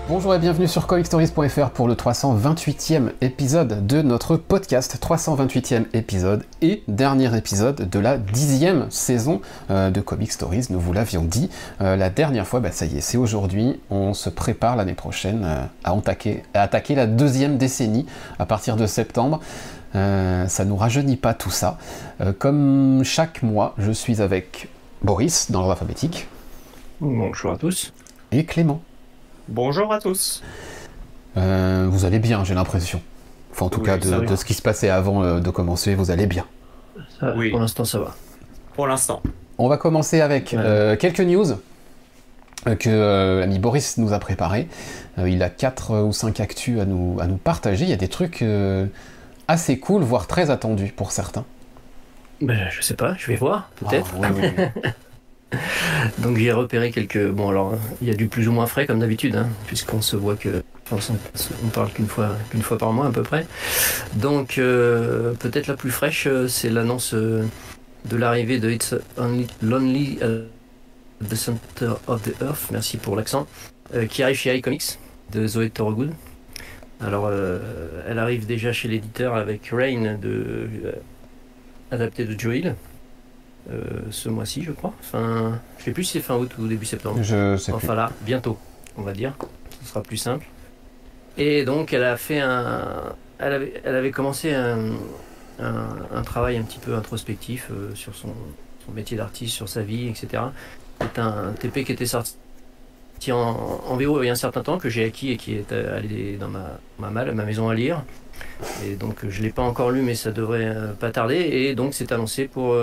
Bonjour et bienvenue sur comicstories.fr pour le 328e épisode de notre podcast, 328e épisode et dernier épisode de la 10e saison de Comic Stories, nous vous l'avions dit la dernière fois, ça y est, c'est aujourd'hui, on se prépare l'année prochaine à attaquer la deuxième décennie à partir de septembre. Ça nous rajeunit pas tout ça. Comme chaque mois, je suis avec Boris dans l'ordre alphabétique. Bonjour à tous. Et Clément. Bonjour à tous. Vous allez bien, j'ai l'impression. Enfin, en tout cas, de ce qui se passait avant de commencer, vous allez bien. Oui. Pour l'instant, ça va. Pour l'instant. On va commencer avec quelques news que l'ami Boris nous a préparées. Il a 4 ou 5 actus à nous partager. Il y a des trucs assez cool, voire très attendus pour certains. Je sais pas, je vais voir, peut-être. Oui. Donc j'ai repéré quelques... Bon alors, il y a du plus ou moins frais comme d'habitude, puisqu'on se voit que... Enfin, on parle qu'une fois par mois à peu près. Donc peut-être la plus fraîche, c'est l'annonce de l'arrivée de It's Only Lonely at the Center of the Earth, merci pour l'accent, qui arrive chez iComics, de Zoé Thorogood. Alors elle arrive déjà chez l'éditeur avec Rain, adapté de Joe Hill. Ce mois-ci, je crois. Enfin, je sais plus si c'est fin août ou début septembre. Je sais plus. Enfin là, bientôt, on va dire. Ce sera plus simple. Et donc, elle a fait elle avait commencé un travail un petit peu introspectif sur son métier d'artiste, sur sa vie, etc. C'est un TP qui était sorti en VO il y a un certain temps, que j'ai acquis et qui est allé dans ma maison à lire. Et donc je ne l'ai pas encore lu, mais ça devrait pas tarder. Et donc c'est annoncé pour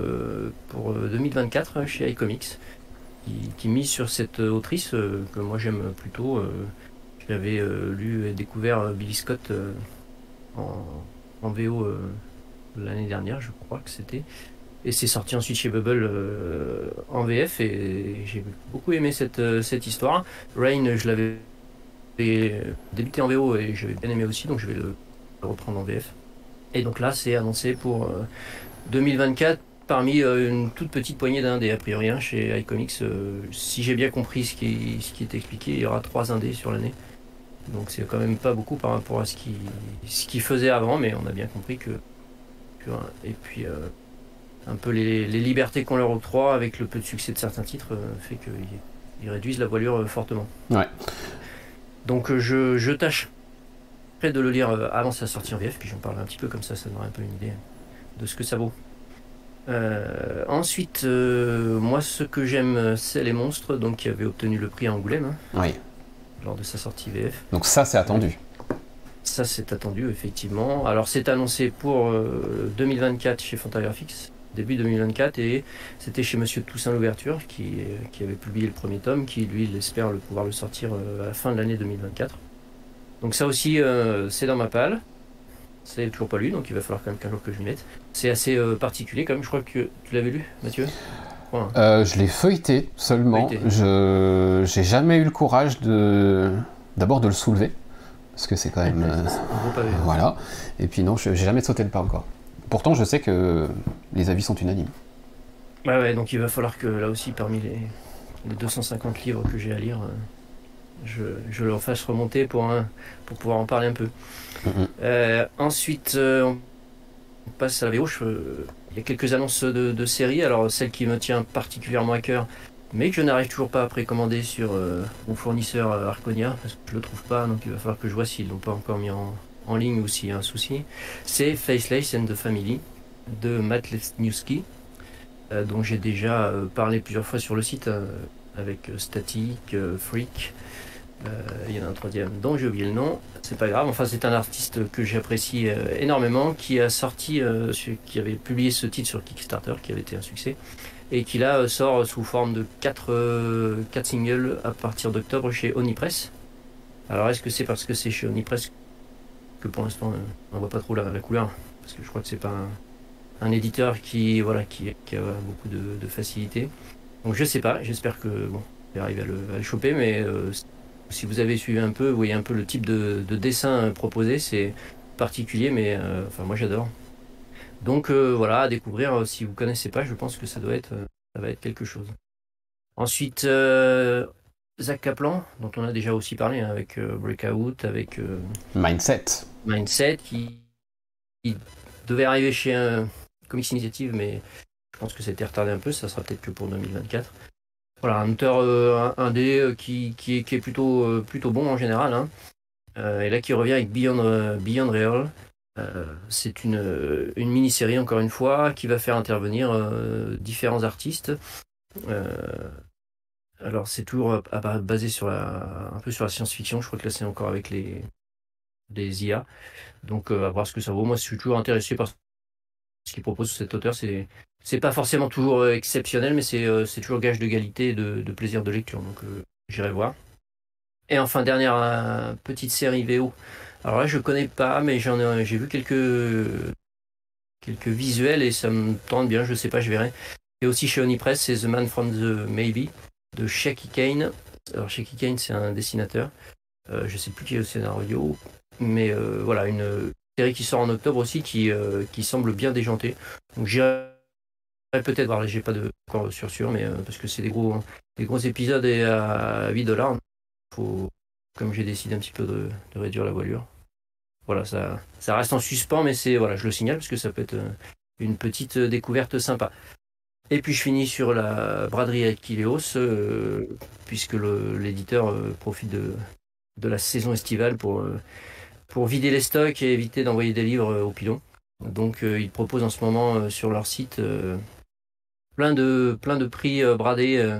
2024 chez iComics, qui mise sur cette autrice que moi j'aime plutôt. J'avais lu et découvert Billy Scott en VO l'année dernière, je crois que c'était. Et c'est sorti ensuite chez Bubble en VF, et j'ai beaucoup aimé cette histoire. Rain, je l'avais débuté en VO et j'avais bien aimé aussi, donc je vais le reprendre en VF. Et donc là, c'est annoncé pour 2024 parmi une toute petite poignée d'indés, a priori, chez iComics. Si j'ai bien compris ce qui est expliqué, il y aura 3 indés sur l'année. Donc c'est quand même pas beaucoup par rapport à ce qu'il faisait avant, mais on a bien compris que et puis un peu les libertés qu'on leur octroie avec le peu de succès de certains titres fait qu'ils réduisent la voilure fortement. Ouais. Donc je tâcherai de le lire avant sa sortie en VF, puis j'en parlerai un petit peu, comme ça donnera un peu une idée de ce que ça vaut. Ensuite, moi ce que j'aime, c'est Les Monstres, donc qui avait obtenu le prix à Angoulême lors de sa sortie VF. Donc ça, c'est attendu. Ça, c'est attendu, effectivement. Alors c'est annoncé pour 2024 chez Fantagraphics, début 2024, et c'était chez Monsieur Toussaint Louverture qui avait publié le premier tome, qui lui il espère pouvoir le sortir à la fin de l'année 2024. Donc ça aussi c'est dans ma palle. C'est toujours pas lu, donc il va falloir quand même qu'un jour que je m'y mette. C'est assez particulier quand même. Je crois que tu l'avais lu, Mathieu. Je l'ai feuilleté seulement. J'ai jamais eu le courage d'abord de le soulever, parce que c'est quand même voilà. Et puis non, j'ai jamais sauté le pas encore. Pourtant, je sais que les avis sont unanimes. Ouais, donc il va falloir que là aussi, parmi les 250 livres que j'ai à lire, je le fasse remonter pour pouvoir en parler un peu. Ensuite, on passe à la VO. Il y a quelques annonces de séries. Alors, celle qui me tient particulièrement à cœur, mais que je n'arrive toujours pas à précommander sur mon fournisseur Arconia, parce que je le trouve pas, donc il va falloir que je vois s'ils l'ont pas encore mis en ligne ou s'il y a un souci. C'est Faceless and the Family de Matt Lesniewski, dont j'ai déjà parlé plusieurs fois sur le site avec Static, Freak. Il y en a un troisième dont j'ai oublié le nom, c'est pas grave. Enfin, c'est un artiste que j'apprécie énormément, qui qui avait publié ce titre sur Kickstarter, qui avait été un succès, et qui là sort sous forme de 4 singles à partir d'octobre chez Onipress. Alors est-ce que c'est parce que c'est chez Onipress que pour l'instant on voit pas trop la couleur, parce que je crois que c'est pas un éditeur qui a beaucoup de facilité. Donc je sais pas, j'espère que je vais arriver à le choper, mais si vous avez suivi un peu, vous voyez un peu le type de dessin proposé, c'est particulier, mais moi j'adore. Donc voilà, à découvrir. Si vous connaissez pas, je pense que ça va être quelque chose. Ensuite, Zach Kaplan, dont on a déjà aussi parlé, hein, avec Breakout, avec Mindset, qui devait arriver chez Comics Initiative, mais je pense que ça a été retardé un peu, ça sera peut-être que pour 2024. Voilà, un auteur indé qui est plutôt bon en général, hein. Et là qui revient avec Beyond Real. C'est une mini-série, encore une fois, qui va faire intervenir différents artistes. Alors c'est toujours basé un peu sur la science-fiction. Je crois que là c'est encore avec les IA. Donc à voir ce que ça vaut. Moi je suis toujours intéressé par ce qu'il propose cet auteur. C'est pas forcément toujours exceptionnel, mais c'est toujours gage de qualité et de plaisir de lecture. Donc j'irai voir. Et enfin, dernière petite série VO. Alors là je connais pas, mais j'ai vu quelques visuels et ça me tente bien, je sais pas, je verrai. Et aussi chez Onipress, c'est The Man from the Maybe de Shaky Kane. Alors Shaky Kane, c'est un dessinateur. Je sais plus qui est le scénario, mais voilà, une série qui sort en octobre aussi qui semble bien déjantée. Donc j'irai peut-être voir, j'ai pas de encore sûr, mais parce que c'est des gros épisodes et à $8. Comme j'ai décidé un petit peu de réduire la voilure. Voilà, ça reste en suspens, mais voilà, je le signale parce que ça peut être une petite découverte sympa. Et puis je finis sur la braderie Achilleos, puisque l'éditeur profite de la saison estivale pour vider les stocks et éviter d'envoyer des livres au pilon. Donc ils proposent en ce moment sur leur site plein de prix bradés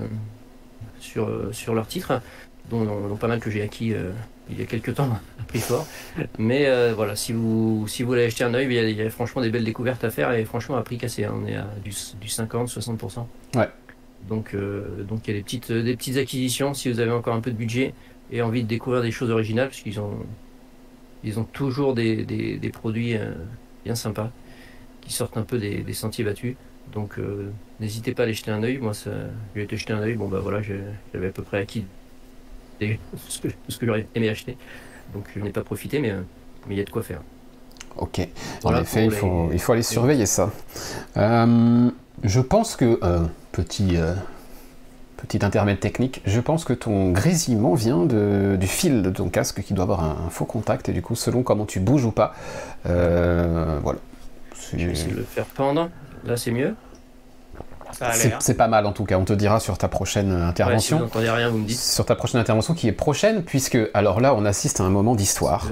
sur leurs titres, dont pas mal que j'ai acquis il y a quelques temps à prix fort. Mais voilà, si vous voulez acheter un œil, il y a franchement des belles découvertes à faire et franchement à prix cassé, hein, on est à du 50-60%. Ouais. Donc il y a des petites acquisitions si vous avez encore un peu de budget et envie de découvrir des choses originales, parce qu'ils ont toujours des produits bien sympas qui sortent un peu des sentiers battus. Donc n'hésitez pas à aller jeter un œil. Moi j'ai été jeter un œil, bon bah voilà, j'avais à peu près acquis ce que j'aurais aimé acheter. Donc je n'ai pas profité, mais il y a de quoi faire. Ok, Voilà, en effet, il faut aller surveiller ça. Je pense que, petit intermède technique, je pense que ton grésillement vient du fil de ton casque qui doit avoir un faux contact, et du coup, selon comment tu bouges ou pas, voilà. Je vais essayer de le faire pendre. Là, c'est mieux. C'est pas mal en tout cas, on te dira sur ta prochaine intervention. Ouais, si vous n'entendez rien, vous me dites. Sur ta prochaine intervention qui est prochaine, puisque, alors là, on assiste à un moment d'histoire.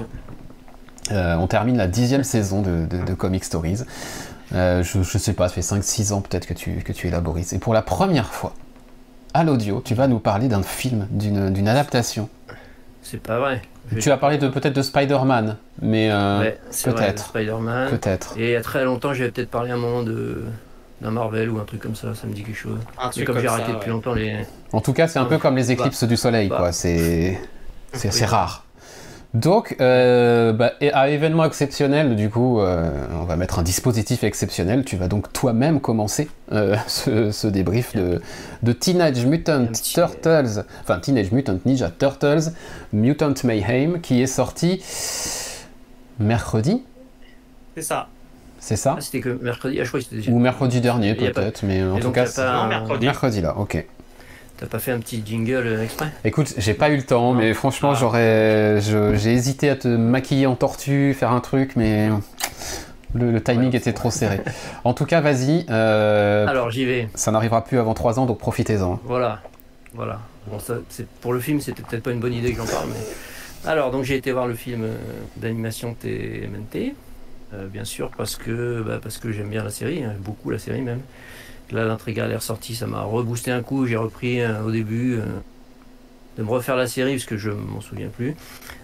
On termine la 10e saison de Comic Stories. Je sais pas, ça fait 5-6 ans peut-être que tu élaborises. Et pour la première fois, à l'audio, tu vas nous parler d'un film, d'une adaptation. C'est pas vrai. Tu as parlé peut-être de Spider-Man, mais ouais, peut-être. Spider-Man. Peut-être. Et il y a très longtemps, j'avais peut-être parlé à un moment d'un Marvel ou un truc comme ça me dit quelque chose. Mais comme j'ai arrêté depuis longtemps les... En tout cas, c'est un peu comme les éclipses du soleil, quoi. C'est rare. Donc, à événement exceptionnel, du coup, on va mettre un dispositif exceptionnel. Tu vas donc toi-même commencer ce débrief de Teenage Mutant Turtles, enfin Teenage Mutant Ninja Turtles, Mutant Mayhem, qui est sorti mercredi. C'est ça. C'est ça? Ah, c'était que mercredi, je crois que c'était déjà... Ou mercredi dernier peut-être, mais en tout cas, c'est mercredi là, ok. T'as pas fait un petit jingle exprès? Écoute, j'ai pas eu le temps, mais franchement, j'ai hésité à te maquiller en tortue, faire un truc, mais le timing était trop serré. En tout cas, vas-y. Alors, j'y vais. Ça n'arrivera plus avant 3 ans, donc profitez-en. Voilà. Bon, pour le film, c'était peut-être pas une bonne idée que j'en parle, mais... Alors, donc j'ai été voir le film d'animation TMNT, bien sûr, parce que j'aime bien la série, beaucoup la série même. Là, l'intégrale est ressortie, ça m'a reboosté un coup. J'ai repris au début de me refaire la série parce que je m'en souviens plus.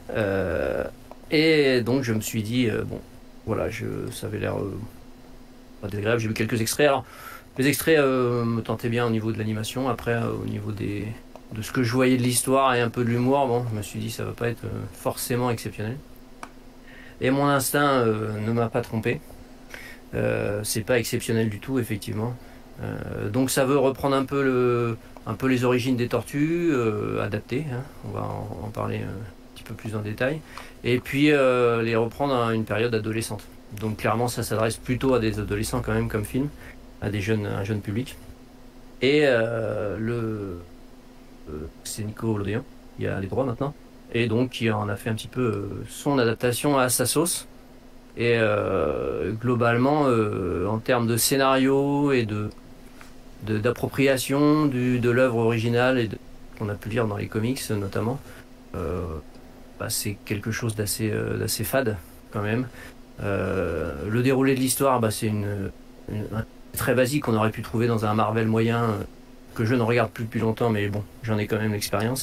Et donc, je me suis dit, bon, voilà, ça avait l'air pas désagréable. J'ai vu quelques extraits. Alors, les extraits me tentaient bien au niveau de l'animation. Après, au niveau de ce que je voyais de l'histoire et un peu de l'humour, bon, je me suis dit, ça va pas être forcément exceptionnel. Et mon instinct ne m'a pas trompé. C'est pas exceptionnel du tout, effectivement. Donc ça veut reprendre un peu les origines des tortues, adaptées, hein. On va en parler un petit peu plus en détail. Et puis les reprendre à une période adolescente. Donc clairement ça s'adresse plutôt à des adolescents quand même comme film, à un jeune public. Et c'est Nico Lodéon, qui a les droits maintenant, et donc qui en a fait un petit peu son adaptation à sa sauce. Et globalement, en termes de scénario et d'appropriation de l'œuvre originale et qu'on a pu lire dans les comics notamment, c'est quelque chose d'assez fade quand même. Le déroulé de l'histoire, c'est très basique qu'on aurait pu trouver dans un Marvel moyen que je ne regarde plus depuis longtemps, mais bon, j'en ai quand même l'expérience.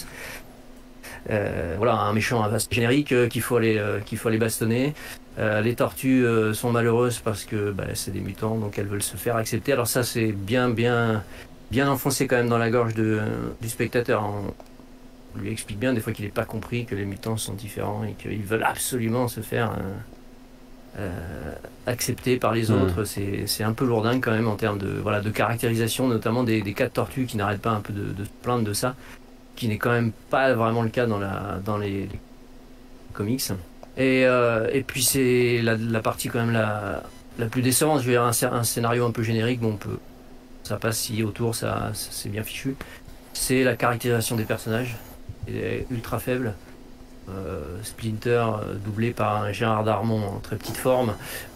Un méchant, un vaste générique qu'il faut aller bastonner. Les tortues sont malheureuses parce que c'est des mutants, donc elles veulent se faire accepter. Alors ça, c'est bien enfoncé quand même dans la gorge du spectateur. On lui explique bien des fois qu'il n'est pas compris que les mutants sont différents et qu'ils veulent absolument se faire accepter par les autres. C'est un peu lourdingue quand même en termes de caractérisation, notamment des 4 tortues qui n'arrêtent pas un peu de se plaindre de ça, qui n'est quand même pas vraiment le cas dans les comics. Et puis c'est la partie quand même la plus décevante. Je veux dire, un scénario un peu générique, ça passe si autour, ça c'est bien fichu. C'est la caractérisation des personnages, elle est ultra faible. Splinter doublé par un Gérard Darmon en très petite forme,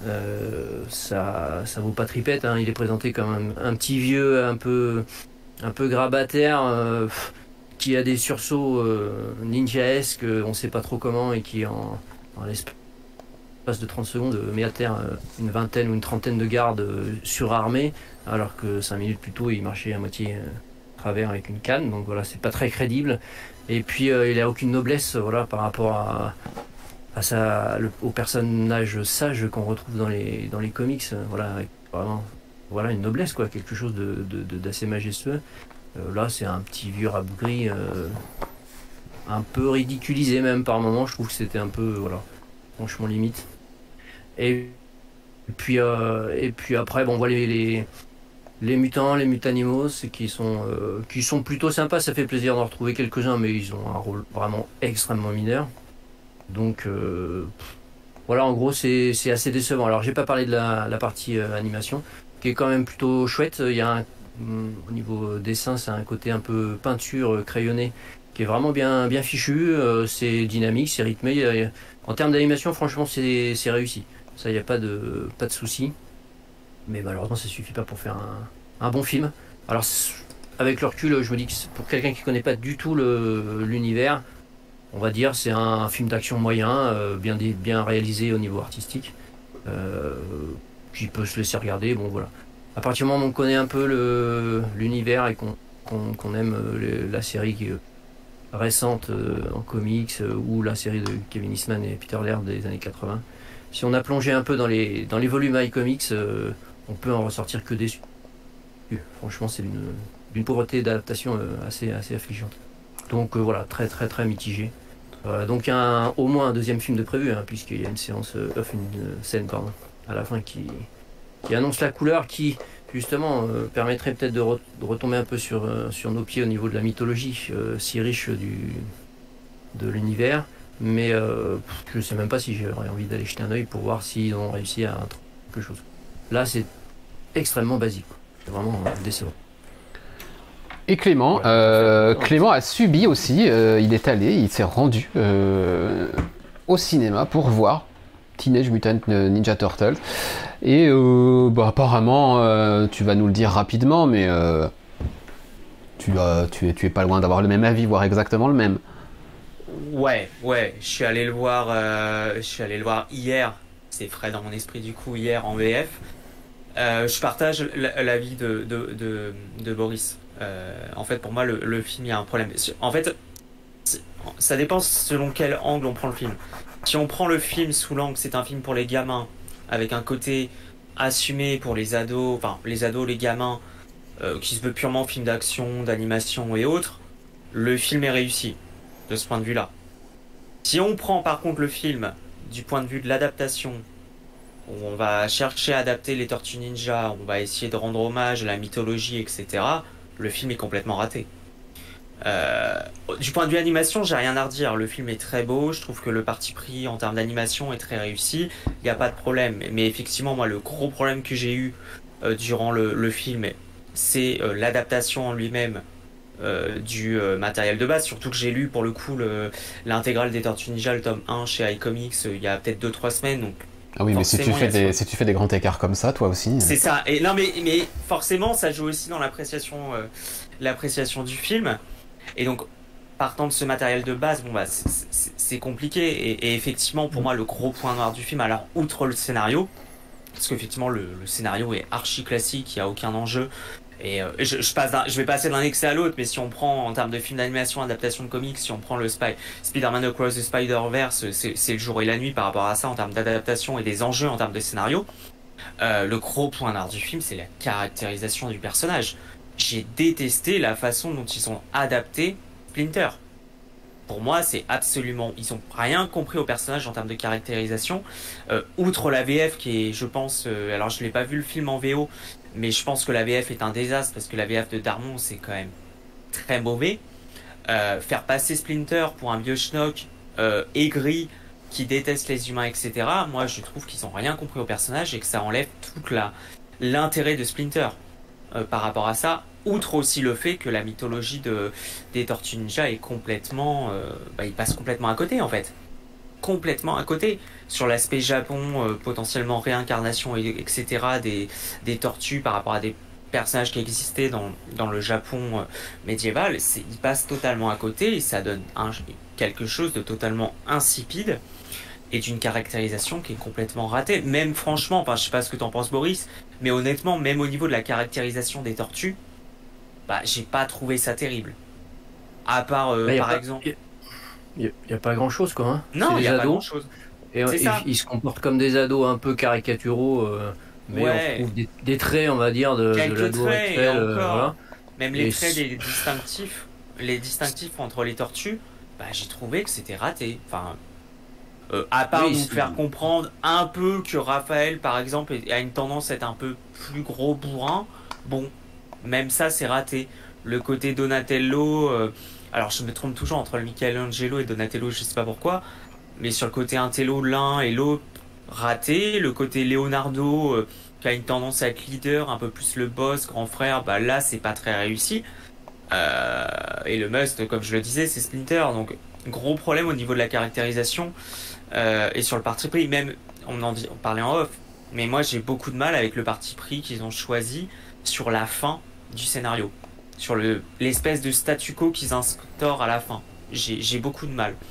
ça vaut pas tripette, hein. Il est présenté comme un petit vieux un peu grabataire, qui a des sursauts ninjaesques, on sait pas trop comment, et qui en l'espace de 30 secondes met à terre une vingtaine ou une trentaine de gardes surarmés, alors que 5 minutes plus tôt il marchait à moitié travers avec une canne. Donc voilà, c'est pas très crédible. Et puis il a aucune noblesse par rapport au personnage sage qu'on retrouve dans les comics. Avec vraiment une noblesse, quelque chose d'assez majestueux. Là c'est un petit vieux rabougri, un peu ridiculisé même par moments. Je trouve que c'était un peu franchement limite. Et puis après les mutants, les mutanimaux, qui sont plutôt sympas. Ça fait plaisir d'en retrouver quelques-uns, mais ils ont un rôle vraiment extrêmement mineur. Donc en gros c'est assez décevant. Alors j'ai pas parlé de la partie animation, qui est quand même plutôt chouette. Il y a au niveau dessin, c'est un côté un peu peinture crayonnée qui est vraiment bien fichu. C'est dynamique, c'est rythmé. En termes d'animation, franchement, c'est réussi. Ça, il n'y a pas de souci. Mais malheureusement, ça suffit pas pour faire un bon film. Alors, avec le recul, je me dis que pour quelqu'un qui connaît pas du tout l'univers, on va dire c'est un film d'action moyen, bien réalisé au niveau artistique, qui peut se laisser regarder. Bon, voilà. À partir du moment où on connaît un peu l'univers et qu'on aime la série qui est récente en comics, ou la série de Kevin Eastman et Peter Laird des années 80, si on a plongé un peu dans les volumes iComics, on peut en ressortir que déçu. Franchement, c'est d'une pauvreté d'adaptation assez affligeante. Donc très très très mitigé. Donc au moins un deuxième film de prévu, puisqu'il y a une scène à la fin qui annonce la couleur, qui justement permettrait peut-être de retomber un peu sur nos pieds au niveau de la mythologie si riche de l'univers. Mais je ne sais même pas si j'aurais envie d'aller jeter un œil pour voir s'ils ont réussi à quelque chose. Là, c'est extrêmement basique. C'est vraiment décevant. Et Clément, Clément a subi aussi, il s'est rendu au cinéma pour voir Teenage Mutant Ninja Turtles. Et apparemment, tu vas nous le dire rapidement, mais tu es pas loin d'avoir le même avis, voire exactement le même. Ouais, je suis allé le voir hier. C'est frais dans mon esprit du coup, hier en VF. Je partage l'avis de Boris. En fait, pour moi, le film, il y a un problème. En fait, ça dépend selon quel angle on prend le film. Si on prend le film sous l'angle, c'est un film pour les gamins, avec un côté assumé pour les ados, les gamins, qui se veut purement film d'action, d'animation et autres, le film est réussi, de ce point de vue-là. Si on prend par contre le film du point de vue de l'adaptation, où on va chercher à adapter les Tortues Ninja, on va essayer de rendre hommage à la mythologie, etc., le film est complètement raté. Du point de vue animation, j'ai rien à redire. Le film est très beau. Je trouve que le parti pris en termes d'animation est très réussi. Il n'y a pas de problème. Mais effectivement, moi, le gros problème que j'ai eu durant le film, c'est l'adaptation en lui-même du matériel de base, surtout que j'ai lu pour le coup l'intégrale des Tortues Ninja, le tome 1 chez iComics il y a peut-être 2-3 semaines, donc ah oui, mais si tu fais des grands écarts comme ça, toi aussi. C'est ça. Et non, mais forcément, ça joue aussi dans l'appréciation du film. Et donc, partant de ce matériel de base, bon bah c'est compliqué. Et effectivement, pour moi, le gros point noir du film, alors outre le scénario, parce qu'effectivement le scénario est archi classique, il n'y a aucun enjeu. Et je vais passer d'un excès à l'autre, mais si on prend en termes de film d'animation, adaptation de comics, si on prend le Spider-Man Across the Spider-Verse, c'est le jour et la nuit par rapport à ça en termes d'adaptation et des enjeux en termes de scénario. Le gros point d'art du film, c'est la caractérisation du personnage. J'ai détesté la façon dont ils ont adapté Splinter. Pour moi, c'est absolument... Ils ont rien compris au personnage en termes de caractérisation. Outre la VF qui est, je pense... alors, je l'ai pas vu le film en VO, mais je pense que la VF est un désastre parce que la VF de Darmon, c'est quand même très mauvais. Faire passer Splinter pour un vieux schnock aigri qui déteste les humains, etc. Moi, je trouve qu'ils ont rien compris au personnage et que ça enlève tout l'intérêt de Splinter par rapport à ça. Outre aussi le fait que la mythologie des Tortues Ninja est complètement... il passe complètement à côté, en fait. Complètement à côté. Sur l'aspect Japon, potentiellement réincarnation, etc. des tortues par rapport à des personnages qui existaient dans le Japon médiéval, il passe totalement à côté et ça donne quelque chose de totalement insipide et d'une caractérisation qui est complètement ratée. Même franchement, je sais pas ce que t'en penses Boris, mais honnêtement, même au niveau de la caractérisation des tortues, j'ai pas trouvé ça terrible. À part, par exemple... Il n'y a pas grand-chose, quoi. Hein. Non, il n'y a pas grand-chose. Et ils se comportent comme des ados un peu caricaturaux, mais on trouve des traits, on va dire, de l'ado actuel. Voilà. Même les traits les distinctifs entre les tortues, j'ai trouvé que c'était raté. Enfin, à part nous faire comprendre un peu que Raphaël, par exemple, a une tendance à être un peu plus gros bourrin, bon, même ça, c'est raté. Le côté Donatello... alors, je me trompe toujours entre le Michelangelo et Donatello, je sais pas pourquoi. Mais sur le côté intello, l'un et l'autre, raté. Le côté Leonardo, qui a une tendance à être leader, un peu plus le boss, grand frère, là, c'est pas très réussi. Et le must, comme je le disais, c'est Splinter. Donc, gros problème au niveau de la caractérisation. Et sur le parti pris, même, on parlait en off, mais moi, j'ai beaucoup de mal avec le parti pris qu'ils ont choisi sur la fin du scénario. Sur l'espèce de statu quo qu'ils instaurent à la fin. J'ai beaucoup de mal.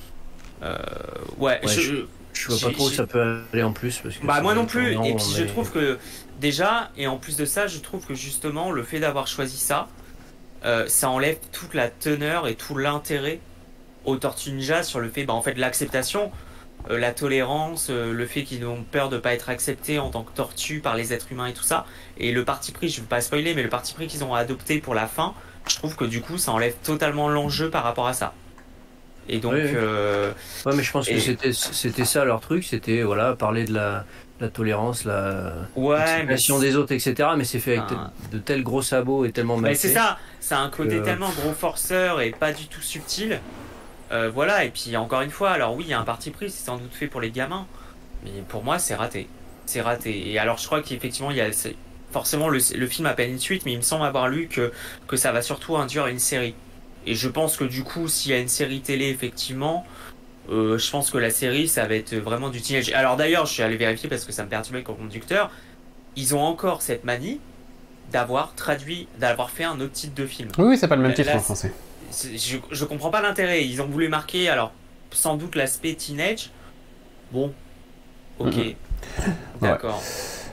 Je vois pas trop où ça peut aller en plus. Parce que moi non plus. Et puis je trouve que déjà, et en plus de ça, je trouve que justement, le fait d'avoir choisi ça, ça enlève toute la teneur et tout l'intérêt aux Tortues Ninja sur le fait, en fait, l'acceptation, la tolérance, le fait qu'ils ont peur de pas être acceptés en tant que tortues par les êtres humains et tout ça. Et le parti pris, je veux pas spoiler, mais le parti pris qu'ils ont adopté pour la fin, je trouve que du coup, ça enlève totalement l'enjeu par rapport à ça. Et donc, ouais, mais je pense que c'était ça leur truc, c'était parler de la tolérance, l'acceptation des autres, etc. Mais c'est fait avec de tels gros sabots et tellement mal fait. C'est ça, ça a un côté tellement gros forceur et pas du tout subtil. Et puis encore une fois, alors oui, il y a un parti pris, c'est sans doute fait pour les gamins, mais pour moi, c'est raté. C'est raté. Et alors, je crois qu'effectivement, forcément, le film appelle une suite, mais il me semble avoir lu que ça va surtout induire une série. Et je pense que du coup, s'il y a une série télé, effectivement, je pense que la série, ça va être vraiment du teenage. Alors d'ailleurs, je suis allé vérifier parce que ça me perturbait comme conducteur. Ils ont encore cette manie d'avoir fait un autre titre de film. Oui, c'est pas le même titre en français. Je comprends pas l'intérêt. Ils ont voulu marquer, alors, sans doute l'aspect teenage. Bon, ok. D'accord.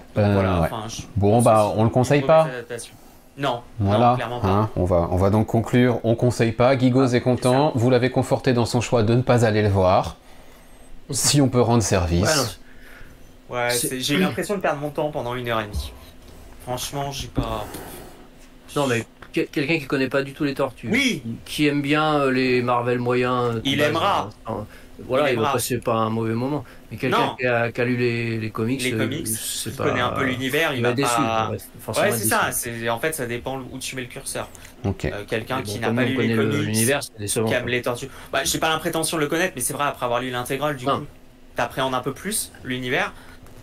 On le conseille pas. Non, voilà, non, clairement pas. On va donc conclure, on conseille pas. Guigos est content, vous l'avez conforté dans son choix de ne pas aller le voir. Si on peut rendre service. J'ai eu l'impression de perdre mon temps pendant 1h30. Franchement, j'ai pas... Non mais quelqu'un qui connaît pas du tout les tortues, oui, qui aime bien les Marvel moyens... il aimera. Il va passer pas un mauvais moment. Mais quelqu'un qui a lu les comics, qui connaît un peu l'univers, il va déçu. Pas... Ouais, c'est ça. En fait, ça dépend où tu mets le curseur. Quelqu'un qui n'a pas lu les comics, l'univers, c'est décevant, qui aime les tortues. J'ai pas l'impression de le connaître, mais c'est vrai, après avoir lu l'intégrale, du coup, t'appréhendes un peu plus l'univers.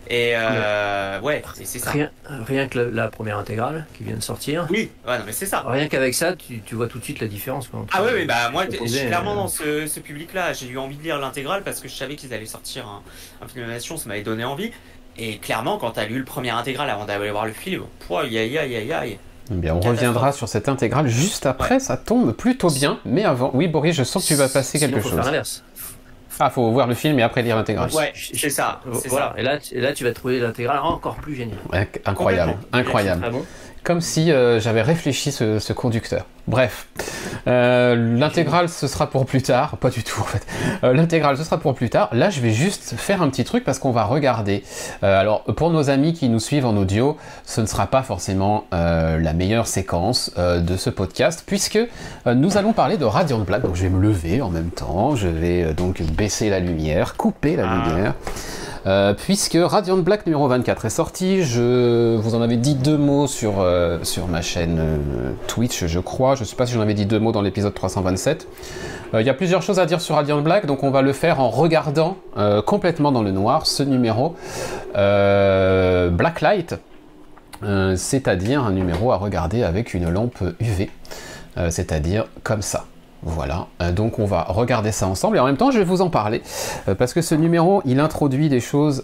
Et c'est ça. Rien que la première intégrale qui vient de sortir. Oui, ouais, non, mais c'est ça. Rien qu'avec ça, tu vois tout de suite la différence. Quoi, ah oui, bah moi je suis clairement dans ce public-là. J'ai eu envie de lire l'intégrale parce que je savais qu'ils allaient sortir un film d'animation, ça m'avait donné envie. Et clairement, quand t'as lu le premier intégral avant d'aller voir le film, aïe. Eh bien, on reviendra sur cette intégrale juste après, ça tombe plutôt bien. Mais avant, oui Boris, je sens que tu vas passer quelque chose. Faut faire l'inverse. Ah, faut voir le film et après lire l'intégrale. Ouais, c'est ça. Voilà. Et là, tu vas trouver l'intégrale encore plus géniale. Ouais, incroyable. Très bon. Comme si j'avais réfléchi ce conducteur. Bref, l'intégrale ce sera pour plus tard, pas du tout en fait. L'intégrale ce sera pour plus tard. Là je vais juste faire un petit truc parce qu'on va regarder. Alors pour nos amis qui nous suivent en audio, ce ne sera pas forcément la meilleure séquence de ce podcast puisque nous allons parler de Radiant Black. Donc je vais me lever en même temps, je vais donc baisser la lumière, couper la lumière. Puisque Radiant Black numéro 24 est sorti, je vous en avais dit 2 mots sur ma chaîne Twitch, je crois. Je ne sais pas si j'en avais dit 2 mots dans l'épisode 327. Il y a plusieurs choses à dire sur Radiant Black, donc on va le faire en regardant complètement dans le noir ce numéro Blacklight, c'est-à-dire un numéro à regarder avec une lampe UV, c'est-à-dire comme ça. Voilà, donc on va regarder ça ensemble et en même temps je vais vous en parler parce que ce numéro il introduit des choses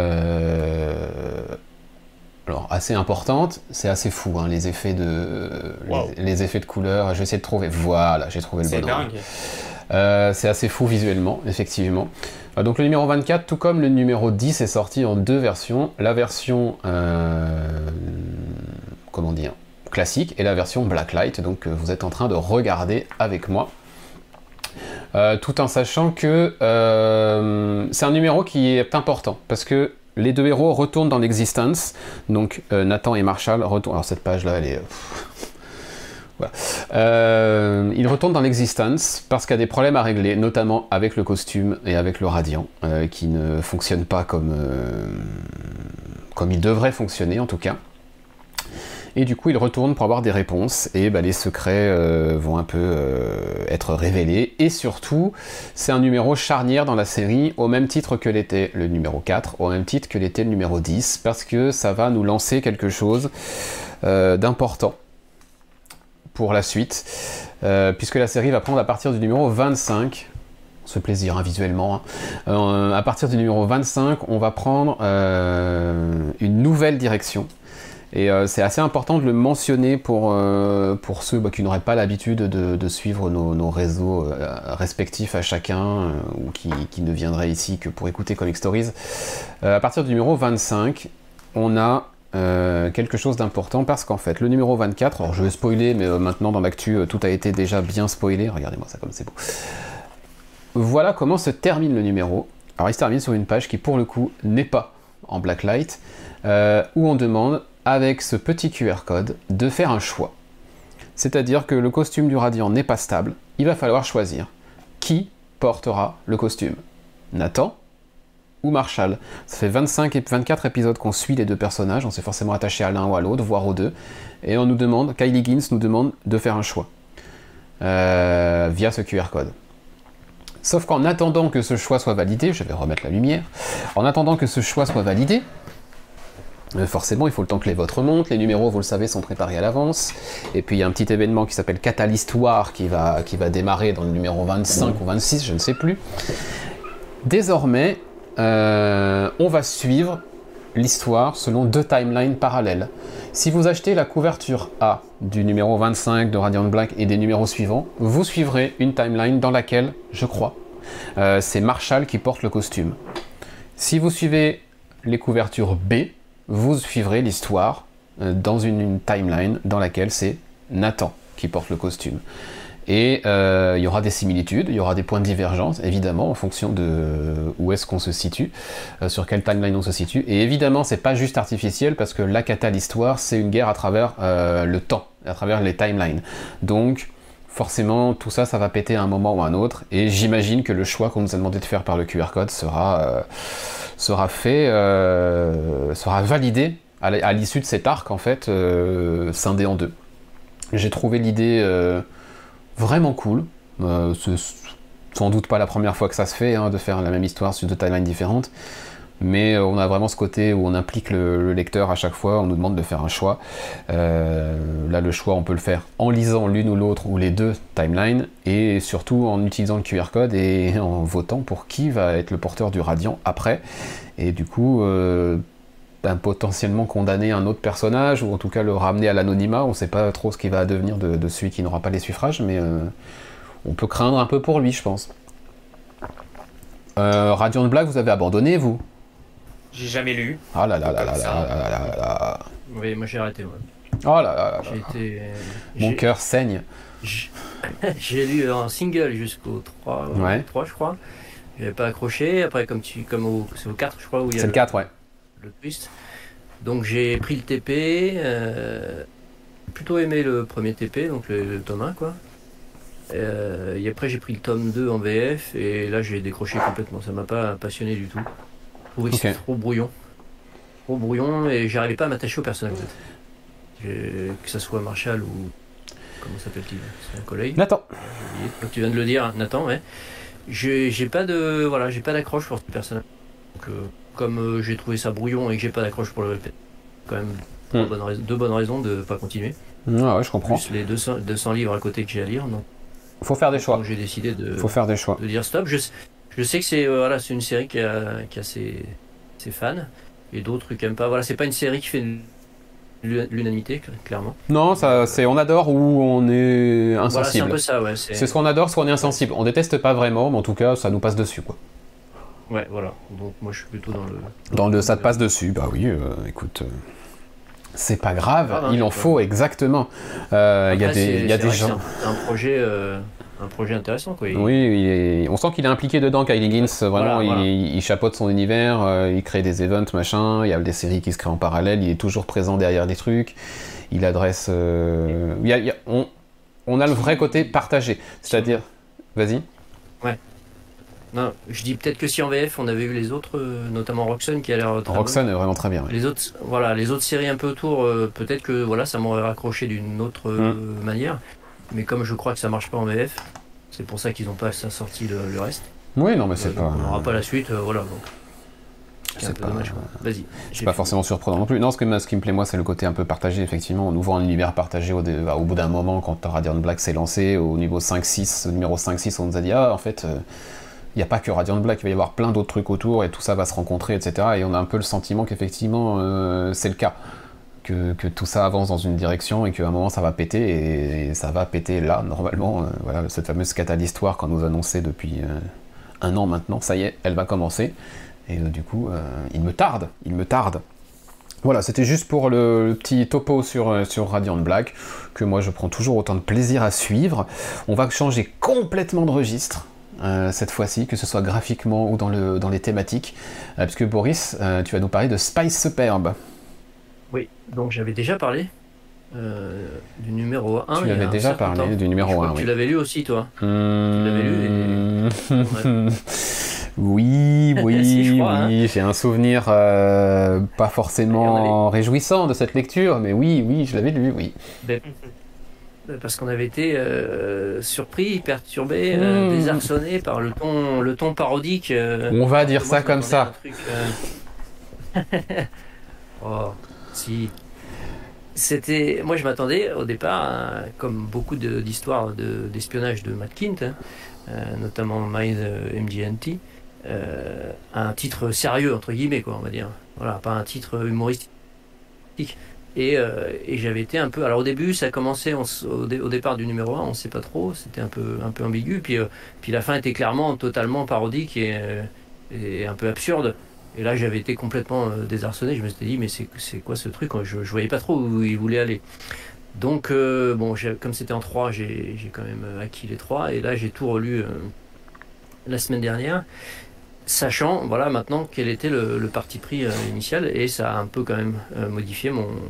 alors assez importantes, c'est assez fou hein, les effets de couleurs, je vais essayer de trouver, voilà j'ai trouvé le bon ordre. C'est assez fou visuellement effectivement. Donc le numéro 24 tout comme le numéro 10 est sorti en 2 versions, la version comment dire classique et la version Blacklight, donc vous êtes en train de regarder avec moi, tout en sachant que c'est un numéro qui est important, parce que les 2 héros retournent dans l'existence, donc Nathan et Marshall retournent, alors cette page là elle est... Voilà. Ils retournent dans l'existence parce qu'il y a des problèmes à régler, notamment avec le costume et avec le radiant, qui ne fonctionnent pas comme il devrait fonctionner en tout cas. Et du coup, ils retournent pour avoir des réponses, et les secrets vont un peu être révélés. Et surtout, c'est un numéro charnière dans la série, au même titre que l'était le numéro 4, au même titre que l'était le numéro 10, parce que ça va nous lancer quelque chose d'important pour la suite, puisque la série va prendre à partir du numéro 25, on se fait plaisir hein, visuellement, hein. À partir du numéro 25, on va prendre une nouvelle direction. Et c'est assez important de le mentionner pour ceux qui n'auraient pas l'habitude de suivre nos réseaux respectifs à chacun, ou qui ne viendraient ici que pour écouter Comic Stories. À partir du numéro 25, on a quelque chose d'important parce qu'en fait, le numéro 24, alors je vais spoiler, mais maintenant dans l'actu, tout a été déjà bien spoilé. Regardez-moi ça comme c'est beau. Voilà comment se termine le numéro. Alors il se termine sur une page qui pour le coup n'est pas en Blacklight, où on demande avec ce petit QR code, de faire un choix. C'est-à-dire que le costume du Radiant n'est pas stable, il va falloir choisir qui portera le costume. Nathan ou Marshall. Ça fait 25 et 24 épisodes qu'on suit les 2 personnages, on s'est forcément attaché à l'un ou à l'autre, voire aux 2, et on nous demande, Kylie Gins nous demande de faire un choix, via ce QR code. Sauf qu'en attendant que ce choix soit validé, je vais remettre la lumière, en attendant que ce choix soit validé, forcément, il faut le temps que les votes remontent, les numéros, vous le savez, sont préparés à l'avance, et puis il y a un petit événement qui s'appelle Catalystoire qui va démarrer dans le numéro 25 ou 26, je ne sais plus. Désormais, on va suivre l'histoire selon 2 timelines parallèles. Si vous achetez la couverture A du numéro 25 de Radiant Black et des numéros suivants, vous suivrez une timeline dans laquelle, je crois, c'est Marshall qui porte le costume. Si vous suivez les couvertures B, vous suivrez l'histoire dans une timeline dans laquelle c'est Nathan qui porte le costume. Et il y aura des similitudes, il y aura des points de divergence, évidemment, en fonction de où est-ce qu'on se situe, sur quelle timeline on se situe. Et évidemment, c'est pas juste artificiel, parce que la l'histoire, c'est une guerre à travers le temps, à travers les timelines. Donc, forcément, tout ça, ça va péter à un moment ou à un autre. Et j'imagine que le choix qu'on nous a demandé de faire par le QR code sera validé à l'issue de cet arc, en fait, scindé en 2. J'ai trouvé l'idée vraiment cool. C'est sans doute pas la première fois que ça se fait, hein, de faire la même histoire sur 2 timelines différentes. mais on a vraiment ce côté où on implique le lecteur à chaque fois, on nous demande de faire un choix. Là, le choix, on peut le faire en lisant l'une ou l'autre ou les deux timelines, et surtout en utilisant le QR code et en votant pour qui va être le porteur du radiant après. Et du coup, potentiellement condamner un autre personnage, ou en tout cas le ramener à l'anonymat. On ne sait pas trop ce qui va advenir de celui qui n'aura pas les suffrages, mais on peut craindre un peu pour lui, je pense. Radiant Black, vous avez abandonné, vous? J'ai jamais lu. Ah là là là là là là là là. Oui, moi j'ai arrêté. Ouais. Oh là là là. Mon cœur saigne. J'ai lu en single jusqu'au 3, 3 je crois. J'avais pas accroché. Après, c'est au 4, je crois. C'est le 4, ouais. Le twist. Donc j'ai pris le TP. Plutôt aimé le premier TP, donc le tome 1, quoi. Et après j'ai pris le tome 2 en VF, et là j'ai décroché complètement. Ça m'a pas passionné du tout. Je trouvais que c'était trop brouillon. Trop brouillon, et j'arrivais pas à m'attacher au personnage. Que ça soit Marshall ou... Comment s'appelle-t-il? C'est un collègue. Nathan. Donc, tu viens de le dire, Nathan, ouais. J'ai pas d'accroche pour ce personnage. Donc, comme j'ai trouvé ça brouillon et que j'ai pas d'accroche pour le quand même deux bonnes raisons de pas continuer. Ouais, je comprends. Plus les 200 livres à côté que j'ai à lire. Donc, faut faire des choix. Donc j'ai décidé de dire stop. Je sais que c'est une série qui a ses fans et d'autres qui aiment pas. Voilà, c'est pas une série qui fait l'unanimité, clairement. Non, c'est on adore ou on est insensible. Voilà, c'est un peu ça, ouais. C'est soit on adore, soit on est insensible. On déteste pas vraiment, mais en tout cas, ça nous passe dessus, quoi. Ouais, voilà. Donc moi, je suis plutôt ça te passe dessus. Bah oui, écoute. C'est pas grave, il en faut exactement. Il y a des gens. C'est un projet intéressant, quoi. Oui, on sent qu'il est impliqué dedans, Kyle Higgins. Vraiment, il chapeaute son univers, il crée des events, machin. Il y a des séries qui se créent en parallèle. Il est toujours présent derrière des trucs. Il adresse. On a le vrai côté partagé, c'est-à-dire. Vas-y. Ouais. Non, je dis peut-être que si en VF on avait eu les autres, notamment Roxanne qui a l'air très Roxanne est vraiment très bien. Ouais. Les autres séries un peu autour, peut-être que ça m'aurait raccroché d'une autre manière. Mais comme je crois que ça marche pas en VF, c'est pour ça qu'ils n'ont pas sorti le reste. Oui, non, mais c'est pas. On n'aura pas la suite, voilà. Donc. C'est pas dommage. Vas-y. C'est pas forcément surprenant non plus. Non, ce qui me plaît moi, c'est le côté un peu partagé, effectivement. On ouvre un univers partagé au bout d'un moment, quand Radiant Black s'est lancé, au niveau 5-6, numéro 5-6, on nous a dit en fait. Il n'y a pas que Radiant Black, il va y avoir plein d'autres trucs autour et tout ça va se rencontrer, etc. Et on a un peu le sentiment qu'effectivement c'est le cas. Que tout ça avance dans une direction et qu'à un moment ça va péter, et ça va péter là, normalement. Voilà, cette fameuse catalystoire qu'on nous annonçait depuis 1 an maintenant, ça y est, elle va commencer. Et du coup, il me tarde. Voilà, c'était juste pour le petit topo sur Radiant Black, que moi je prends toujours autant de plaisir à suivre. On va changer complètement de registre. Cette fois-ci, que ce soit graphiquement ou dans les thématiques, puisque Boris, tu vas nous parler de Spice Superbe. Oui, donc j'avais déjà parlé du numéro 1. Tu avais déjà parlé du numéro 1, oui. Tu l'avais lu aussi, toi. Tu l'avais lu et... Oui, si, crois, oui, j'ai un souvenir pas forcément réjouissant de cette lecture, mais oui, je l'avais lu, oui. Parce qu'on avait été surpris, perturbé, désarçonné par le ton parodique. On va dire ça comme ça. Oh, si. Moi, je m'attendais au départ, comme beaucoup d'histoires d'espionnage de Matt Kindt, notamment Mind MGMT, à un titre sérieux, entre guillemets, quoi, on va dire. Voilà, pas un titre humoristique. Et j'avais été un peu... Alors au début, ça a commencé au départ du numéro 1, on ne sait pas trop, c'était un peu ambigu. Puis la fin était clairement totalement parodique et un peu absurde. Et là, j'avais été complètement désarçonné. Je me suis dit, mais c'est quoi ce truc? Je ne voyais pas trop où il voulait aller. Donc, comme c'était en 3, j'ai quand même acquis les 3. Et là, j'ai tout relu la semaine dernière, sachant maintenant quel était le parti pris initial. Et ça a un peu quand même modifié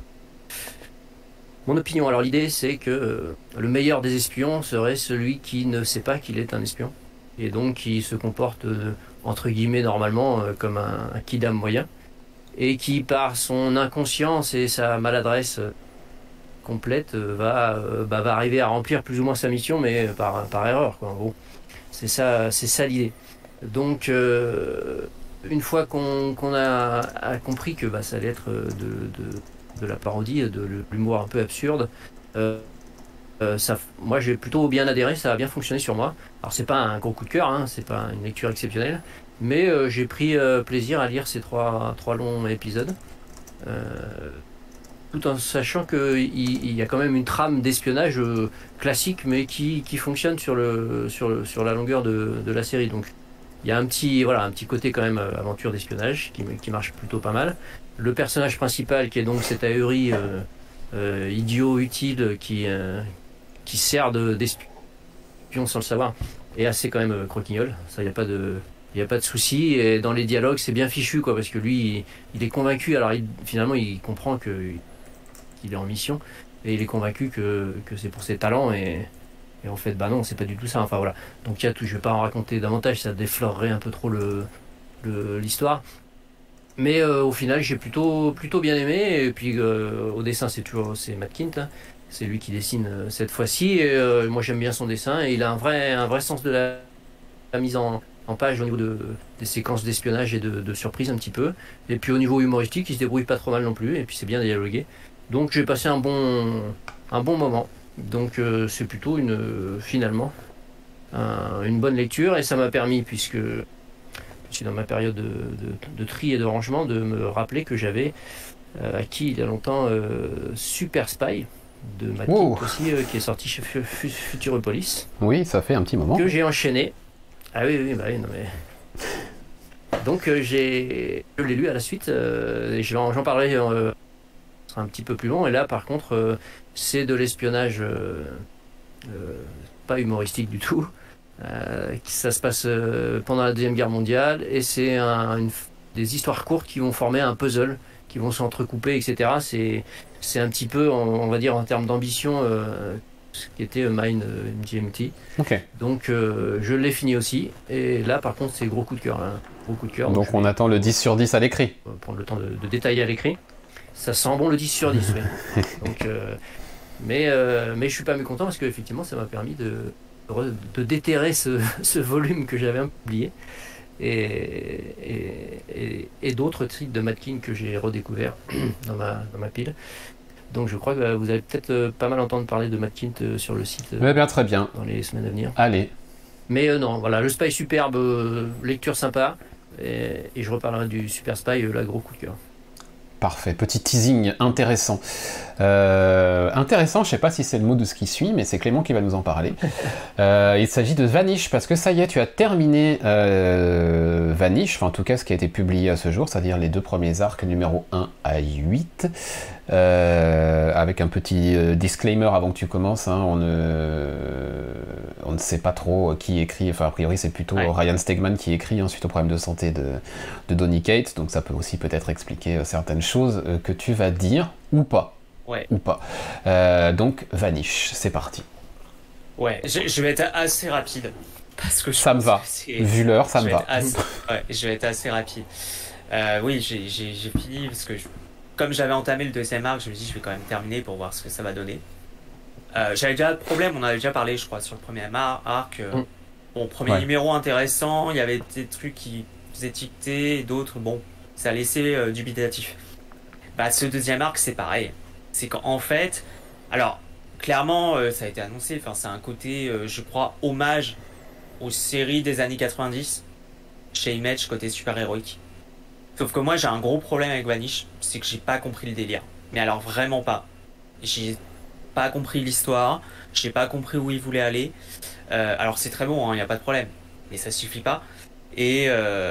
mon opinion. Alors l'idée, c'est que le meilleur des espions serait celui qui ne sait pas qu'il est un espion. Et donc qui se comporte, entre guillemets, normalement, comme un kidam moyen. Et qui, par son inconscience et sa maladresse complète, va arriver à remplir plus ou moins sa mission, mais par erreur, quoi, en gros. C'est ça l'idée. Donc, une fois qu'on a compris que ça allait être de la parodie, de l'humour un peu absurde, moi j'ai plutôt bien adhéré, ça a bien fonctionné sur moi. Alors c'est pas un gros coup de cœur, hein, c'est pas une lecture exceptionnelle, mais j'ai pris plaisir à lire ces trois longs épisodes, tout en sachant qu'il y a quand même une trame d'espionnage classique, mais qui fonctionne sur la longueur de la série. Donc il y a un petit côté quand même aventure d'espionnage qui marche plutôt pas mal. Le personnage principal, qui est donc cet ahuri idiot, utile, qui sert d'espion sans le savoir, est assez quand même croquignol. Ça, il n'y a pas de souci. Et dans les dialogues, c'est bien fichu, quoi, parce que lui, il est convaincu. Alors, finalement, il comprend qu'il est en mission, et il est convaincu que c'est pour ses talents. Et en fait, non, c'est pas du tout ça. Enfin, voilà. Donc, je vais pas en raconter davantage, ça déflorerait un peu trop l'histoire. Mais au final, j'ai plutôt bien aimé. Et puis, au dessin, c'est Matt Kindt, hein. C'est lui qui dessine cette fois-ci. Et moi, j'aime bien son dessin. Et il a un vrai sens de la mise en page au niveau des séquences d'espionnage et de surprise un petit peu. Et puis, au niveau humoristique, il se débrouille pas trop mal non plus. Et puis, c'est bien dialogué. Donc, j'ai passé un bon moment. Donc, c'est plutôt finalement une bonne lecture. Et ça m'a permis, puisque je suis dans ma période de tri et de rangement, de me rappeler que j'avais acquis il y a longtemps Super Spy de Matt Kindt aussi, qui est sorti chez Futuropolis. Oui, ça fait un petit moment. Que j'ai enchaîné. Ah oui, non mais... Donc je l'ai lu à la suite, et j'en parlerai, ce sera un petit peu plus long, et là par contre c'est de l'espionnage pas humoristique du tout. Ça se passe pendant la Deuxième Guerre mondiale, et c'est des histoires courtes qui vont former un puzzle, qui vont s'entrecouper, etc. C'est un petit peu, on va dire, en termes d'ambition, ce qui était Mine GMT. Okay. Donc je l'ai fini aussi, et là par contre c'est gros coup de cœur. Hein. Gros coup de cœur. Donc on attend le 10 sur 10 à l'écrit. Prendre le temps de détailler à l'écrit. Ça sent bon le 10 sur 10, oui. Donc, mais je suis pas mécontent, parce qu'effectivement ça m'a permis de déterrer ce volume que j'avais oublié, et d'autres titres de Matt Kindt que j'ai redécouvert dans ma pile. Donc je crois que vous allez peut-être pas mal entendre parler de Matt Kindt sur le site très bien. Dans les semaines à venir. Allez. Mais non, voilà, le Spy superbe, lecture sympa, et je reparlerai du Super Spy, là, gros coup de cœur. Parfait, petit teasing intéressant. Intéressant, je ne sais pas si c'est le mot de ce qui suit, mais c'est Clément qui va nous en parler. Il s'agit de Vanish, parce que ça y est, tu as terminé Vanish, enfin en tout cas ce qui a été publié à ce jour, c'est-à-dire les 2 premiers arcs, numéro 1 à 8. Avec un petit disclaimer avant que tu commences, hein, on ne sait pas trop qui écrit, enfin a priori c'est plutôt Ryan Stegman qui écrit, suite au problème de santé de Donny Cates, donc ça peut aussi peut-être expliquer certaines choses que tu vas dire, ou pas. Ouais. Ou pas. Donc Vanish, c'est parti. Ouais, je vais être assez rapide, parce que ça me va, vu l'heure, ça me va. Je vais être assez rapide. Oui, j'ai fini, parce que comme j'avais entamé le 2e arc, je me dis je vais quand même terminer pour voir ce que ça va donner. J'avais déjà le problème, on avait déjà parlé je crois sur le 1er arc. Bon, premier numéro intéressant, il y avait des trucs qui faisaient ticter, d'autres, bon, ça laissait dubitatif. Ce 2e arc c'est pareil. C'est qu'en fait, alors clairement ça a été annoncé, c'est un côté je crois hommage aux séries des années 90 chez Image, côté super-héroïque. Sauf que moi j'ai un gros problème avec Vanish, c'est que j'ai pas compris le délire. Mais alors vraiment pas. J'ai pas compris l'histoire, j'ai pas compris où il voulait aller. Alors c'est très bon, il n'y a pas de problème, mais ça suffit pas. Et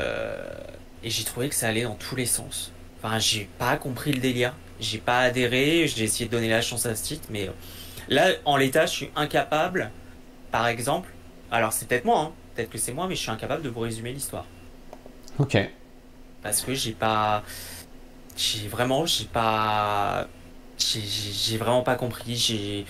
j'ai trouvé que ça allait dans tous les sens. Enfin, j'ai pas compris le délire, j'ai pas adhéré, j'ai essayé de donner la chance à ce titre, mais là en l'état je suis incapable, par exemple, alors c'est peut-être moi, hein, peut-être que c'est moi, mais je suis incapable de vous résumer l'histoire. Ok. Parce que j'ai vraiment pas compris.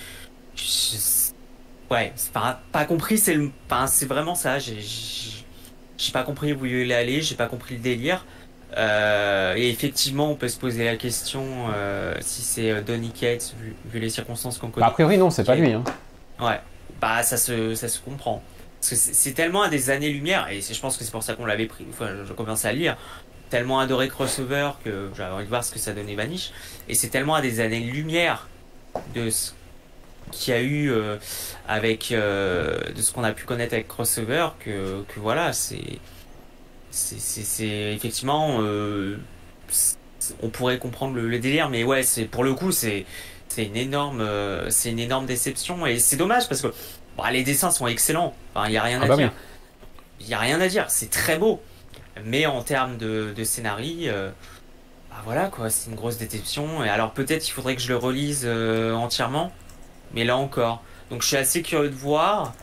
Pas compris, c'est vraiment ça. J'ai pas compris où il allait aller, j'ai pas compris le délire. Et effectivement, on peut se poser la question si c'est Donny Cates, vu les circonstances qu'on connaît. A priori, non, c'est pas lui. Hein. Ouais, ça se comprend. Parce que c'est tellement à des années-lumière, et je pense que c'est pour ça qu'on l'avait pris, enfin, je commençais à le lire, tellement adoré Crossover que j'avais envie de voir ce que ça donnait Vanish, et c'est tellement à des années-lumière de ce qu'il y a eu avec de ce qu'on a pu connaître avec Crossover que voilà, c'est effectivement on pourrait comprendre le délire, mais ouais, c'est pour le coup c'est une énorme déception, et c'est dommage parce que bah, les dessins sont excellents, enfin, il y a rien à dire. Oui. Il y a rien à dire, c'est très beau, mais en termes de scénario, bah voilà quoi, c'est une grosse déception. Et alors peut-être qu'il faudrait que je le relise entièrement, mais là encore. Donc je suis assez curieux de voir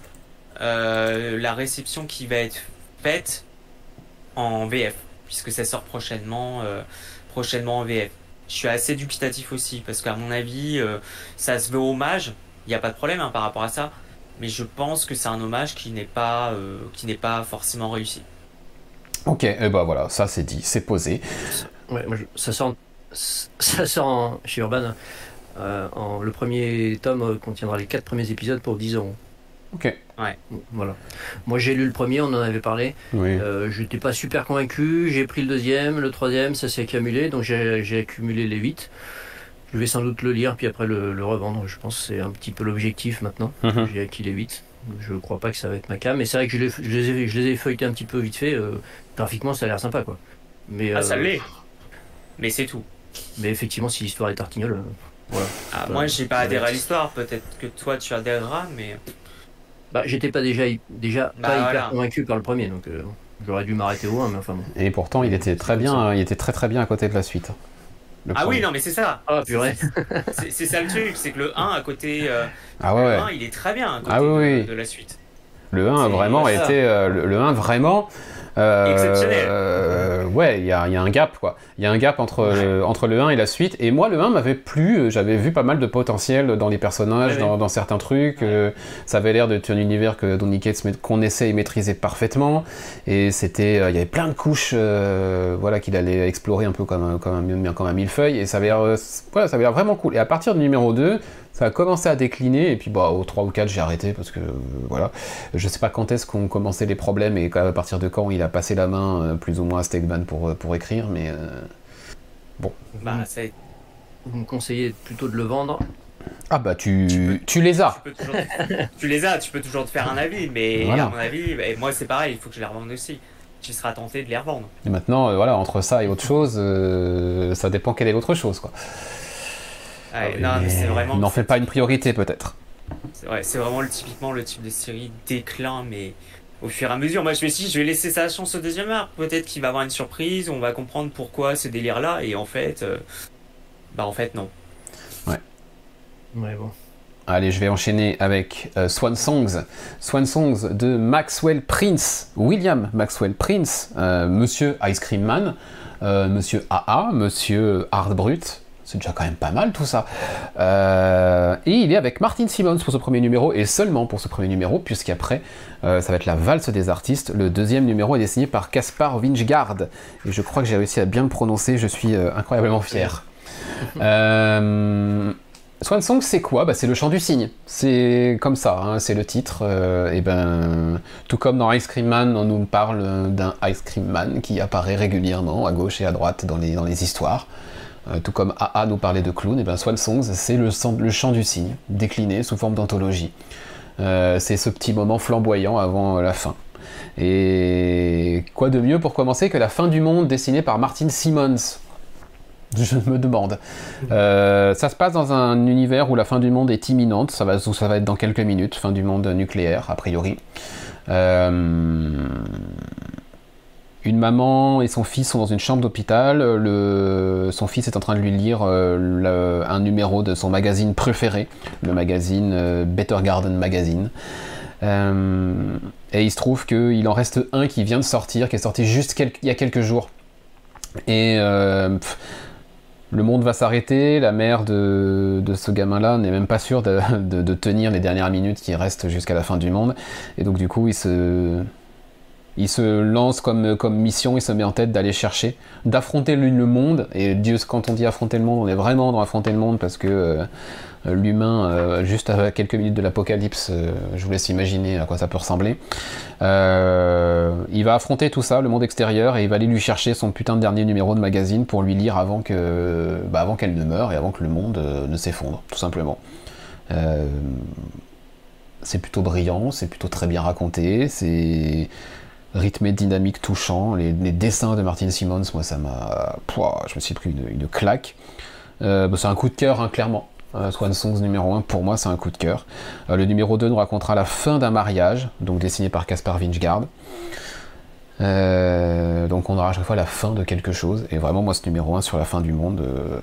la réception qui va être faite en VF, puisque ça sort prochainement en VF. Je suis assez dubitatif aussi, parce qu'à mon avis, ça se veut hommage, il n'y a pas de problème par rapport à ça, mais je pense que c'est un hommage qui n'est pas forcément réussi. Ok, et bah voilà, ça c'est dit, c'est posé. Ouais, ça sort chez Urban. Le premier tome contiendra les 4 premiers épisodes pour 10 €. Ok. Ouais. Voilà. Moi j'ai lu le premier, on en avait parlé. Oui. J'étais pas super convaincu, j'ai pris le deuxième, le troisième, ça s'est accumulé, donc j'ai accumulé les 8. Je vais sans doute le lire, puis après le revendre. Je pense que c'est un petit peu l'objectif maintenant. J'ai acquis les 8. Je crois pas que ça va être ma cam, mais c'est vrai que je les ai feuilletés un petit peu vite fait. Graphiquement, ça a l'air sympa, quoi. Mais, ça l'est. Mais c'est tout. Mais effectivement, si l'histoire est tartignole, voilà. Moi, j'ai pas adhéré à l'histoire. Peut-être que toi, tu adhéreras, mais. Bah, j'étais pas déjà pas hyper convaincu par le premier, donc j'aurais dû m'arrêter au 1, mais enfin bon. Et pourtant, il était très bien, il était très très bien à côté de la suite. Oui, non, mais c'est ça. Ah, purée. C'est ça le truc, c'est que le 1 à côté. Le 1, il est très bien à côté de la suite. Le 1 vraiment a été. Le 1 vraiment. Exceptionnel. Ouais, il y a un gap, quoi. Il y a un gap entre le 1 et la suite. Et moi, le 1 m'avait plu. J'avais vu pas mal de potentiel dans les personnages, dans certains trucs. Ça avait l'air d'être un univers que Donny Cates connaissait et maîtrisait parfaitement. Et c'était, il y avait plein de couches voilà, qu'il allait explorer un peu comme un millefeuille. Et ça avait l'air vraiment cool. Et à partir du numéro 2, ça a commencé à décliner, et puis au 3 ou 4 j'ai arrêté parce que voilà, je sais pas quand est-ce qu'ont commencé les problèmes et à partir de quand il a passé la main plus ou moins à Stegman pour écrire, mais bon. Vous me conseillez plutôt de le vendre. Ah bah tu les as. Tu peux toujours te faire un avis, mais voilà. À mon avis, et moi c'est pareil, il faut que je les revende aussi. Tu seras tenté de les revendre. Et maintenant, voilà, entre ça et autre chose, ça dépend quelle est l'autre chose, quoi. Non, mais c'est vraiment. N'en fais pas une priorité, peut-être. C'est vraiment typiquement le type de série déclin, mais au fur et à mesure. Moi, je me suis dit, je vais laisser sa chance au deuxième arc. Peut-être qu'il va avoir une surprise, on va comprendre pourquoi ce délire-là, et en fait, non. Ouais, bon. Allez, je vais enchaîner avec Swan Songs. Swan Songs de Maxwell Prince, William Maxwell Prince, Monsieur Ice Cream Man, Monsieur AA, Monsieur Hard Brut. C'est déjà quand même pas mal tout ça. Et il est avec Martin Simmons pour ce premier numéro, et seulement pour ce premier numéro, puisqu'après, ça va être la valse des artistes. Le deuxième numéro est dessiné par Caspar Wijngaard. Et je crois que j'ai réussi à bien le prononcer, je suis incroyablement fier. Swan Song, c'est quoi ? C'est le chant du cygne. C'est comme ça, hein, c'est le titre. Tout comme dans Ice Cream Man, on nous parle d'un Ice Cream Man qui apparaît régulièrement à gauche et à droite dans les histoires. Tout comme AA nous parlait de clown, et Swan Songs, c'est le chant du cygne, décliné sous forme d'anthologie. C'est ce petit moment flamboyant avant la fin. Et quoi de mieux pour commencer que la fin du monde dessinée par Martin Simmons ? Je me demande. Ça se passe dans un univers où la fin du monde est imminente, ça va être dans quelques minutes, fin du monde nucléaire, a priori. Une maman et son fils sont dans une chambre d'hôpital. Son fils est en train de lui lire un numéro de son magazine préféré, le magazine Better Garden Magazine. Et il se trouve qu'il en reste un qui vient de sortir, qui est sorti juste il y a quelques jours. Et le monde va s'arrêter. La mère de ce gamin-là n'est même pas sûre de tenir les dernières minutes qui restent jusqu'à la fin du monde. Et donc du coup, Il se lance comme mission, il se met en tête d'aller chercher, d'affronter le monde. Et Dieu, quand on dit affronter le monde, on est vraiment dans affronter le monde parce que l'humain, juste à quelques minutes de l'apocalypse, je vous laisse imaginer à quoi ça peut ressembler. Il va affronter tout ça, le monde extérieur, et il va aller lui chercher son putain de dernier numéro de magazine pour lui lire avant qu'elle ne meure et avant que le monde ne s'effondre, tout simplement. C'est plutôt brillant, c'est plutôt très bien raconté, c'est rythmé, dynamique, touchant. Les dessins de Martin Simmons, moi ça m'a... je me suis pris une claque. C'est un coup de cœur, hein, clairement. Swan Songs numéro 1, pour moi c'est un coup de cœur. Le numéro 2 nous racontera la fin d'un mariage, donc dessiné par Caspar Vingegaard. Donc on aura à chaque fois la fin de quelque chose, et vraiment moi ce numéro 1 sur la fin du monde,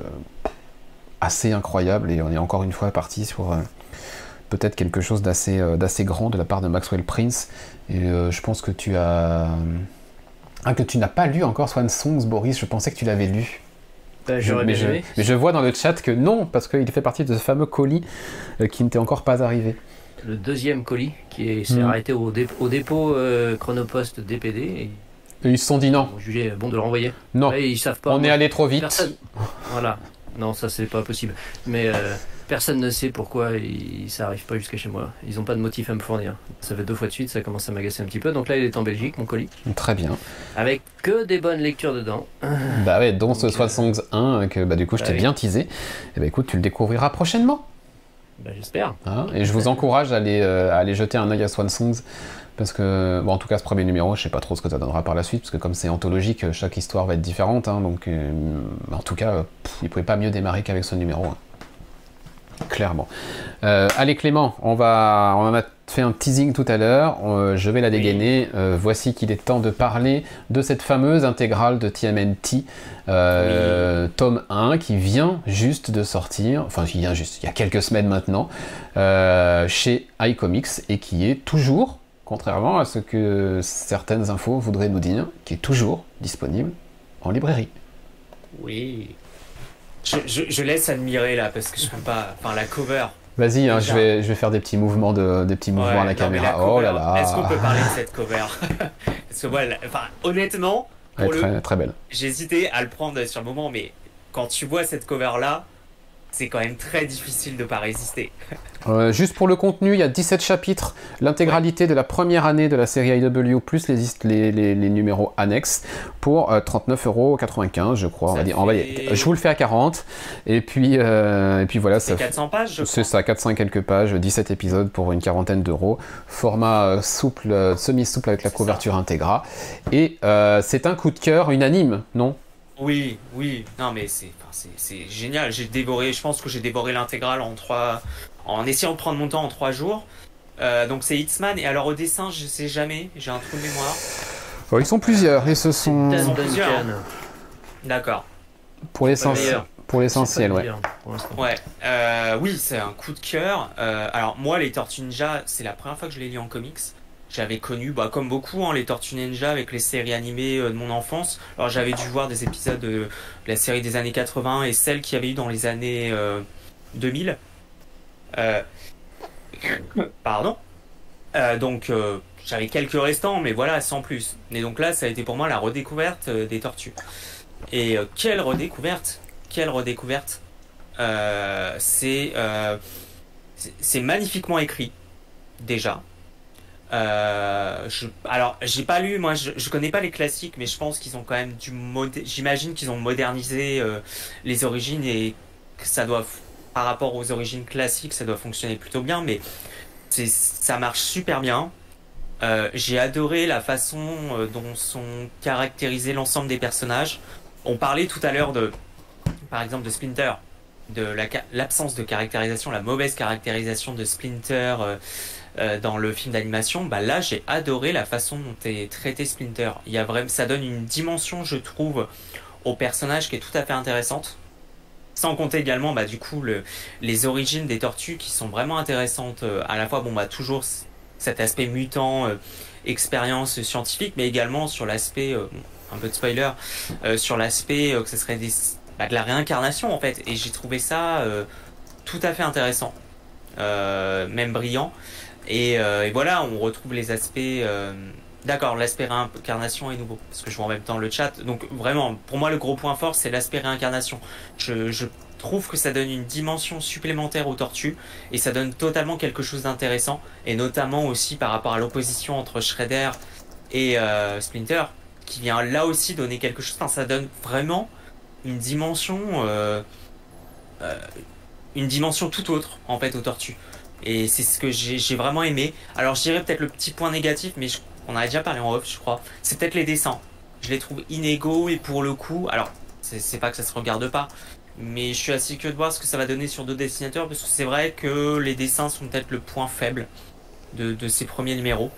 assez incroyable, et on est encore une fois parti sur peut-être quelque chose d'assez grand de la part de Maxwell Prince. Et je pense que tu as... que tu n'as pas lu encore Swan Songs, Boris, je pensais que tu l'avais lu. J'aurais bien aimé. Mais je vois dans le chat que non, parce qu'il fait partie de ce fameux colis qui ne t'est encore pas arrivé. Le deuxième colis qui s'est arrêté au dépôt Chronopost DPD. Et ils se sont dit non. Ils ont jugé bon de le renvoyer. Non, ouais, ils savent pas. On est allé trop vite. Voilà. Non, ça c'est pas possible. Mais personne ne sait pourquoi ça arrive pas jusqu'à chez moi. Ils ont pas de motif à me fournir. Ça fait 2 fois de suite, ça commence à m'agacer un petit peu. Donc là, il est en Belgique, mon colis. Très bien. Avec que des bonnes lectures dedans. Bah ouais, dont ce Swan Songs 1 que du coup je t'ai bien teasé. Et bah écoute, tu le découvriras prochainement. Bah j'espère. Hein, et je vous encourage à aller jeter un œil à Swan Songs. Parce que, en tout cas, ce premier numéro, je sais pas trop ce que ça donnera par la suite, parce que comme c'est anthologique, chaque histoire va être différente, hein, donc en tout cas, il pouvait pas mieux démarrer qu'avec ce numéro 1. Clairement. Allez Clément, on en a fait un teasing tout à l'heure, je vais la dégainer. Voici qu'il est temps de parler de cette fameuse intégrale de TMNT, tome 1, qui vient juste de sortir, il y a quelques semaines maintenant, chez iComics, et qui est toujours, contrairement à ce que certaines infos voudraient nous dire, qui est toujours disponible en librairie. Oui. Je laisse admirer là, parce que je peux pas... Enfin, la cover... Vas-y, hein, je vais faire des petits mouvements, à la caméra. Cover, oh là là. Est-ce qu'on peut parler de cette cover? Parce que moi, honnêtement, très belle. J'hésitais à le prendre sur le moment, mais quand tu vois cette cover-là, c'est quand même très difficile de ne pas résister. Juste pour le contenu, il y a 17 chapitres, l'intégralité de la première année de la série IW, plus les numéros annexes, pour 39,95 €, je crois. Je vous le fais à 40, et puis voilà. C'est 400 pages, c'est ça, 400 et quelques pages, 17 épisodes pour une quarantaine d'euros, format souple, semi-souple avec la couverture Integra, et c'est un coup de cœur unanime, non ? Oui, non mais c'est génial, je pense que j'ai dévoré l'intégrale en essayant de prendre mon temps en 3 jours. Donc c'est Hitzman, et alors au dessin, je sais jamais, j'ai un trou de mémoire. Ils sont plusieurs, et ce sont... Ils sont plusieurs. D'accord. Pour l'essentiel, ouais. Ouais, oui, c'est un coup de cœur. Alors moi, les Tortues Ninja, c'est la première fois que je les lis en comics. J'avais connu, comme beaucoup, les Tortues Ninja avec les séries animées de mon enfance. Alors j'avais dû voir des épisodes de la série des années 80 et celles qu'il y avait eu dans les années 2000. Pardon. Donc j'avais quelques restants, mais voilà, sans plus. Et donc là, ça a été pour moi la redécouverte des Tortues. Et quelle redécouverte! C'est magnifiquement écrit, déjà. Alors, j'ai pas lu, moi, je connais pas les classiques, mais je pense qu'ils ont quand même j'imagine qu'ils ont modernisé les origines, et que ça doit, par rapport aux origines classiques, ça doit fonctionner plutôt bien, mais ça marche super bien. J'ai adoré la façon dont sont caractérisés l'ensemble des personnages. On parlait tout à l'heure par exemple, de Splinter, de l'absence de caractérisation, la mauvaise caractérisation de Splinter dans le film d'animation. Là, j'ai adoré la façon dont est traité Splinter. Ça donne une dimension, je trouve, au personnage qui est tout à fait intéressante. Sans compter également, du coup, les origines des tortues qui sont vraiment intéressantes. À la fois, toujours cet aspect mutant, expérience scientifique, mais également sur l'aspect, un peu de spoiler, sur l'aspect que ce serait de la réincarnation, en fait. Et j'ai trouvé ça tout à fait intéressant, même brillant. Et voilà, on retrouve les aspects D'accord, l'aspect réincarnation est nouveau, parce que je vois en même temps le chat. Donc vraiment, pour moi, le gros point fort, c'est l'aspect réincarnation. Je trouve que ça donne une dimension supplémentaire aux tortues, et ça donne totalement quelque chose d'intéressant, et notamment aussi par rapport à l'opposition entre Shredder et Splinter, qui vient là aussi donner quelque chose. Enfin, ça donne vraiment une dimension tout autre, en fait, aux tortues. Et c'est ce que j'ai vraiment aimé. Alors je dirais peut-être le petit point négatif, mais on en a déjà parlé en off, je crois. C'est peut-être les dessins. Je les trouve inégaux et pour le coup, alors c'est pas que ça se regarde pas, mais je suis assez curieux de voir ce que ça va donner sur d'autres dessinateurs, parce que c'est vrai que les dessins sont peut-être le point faible de ces premiers numéros.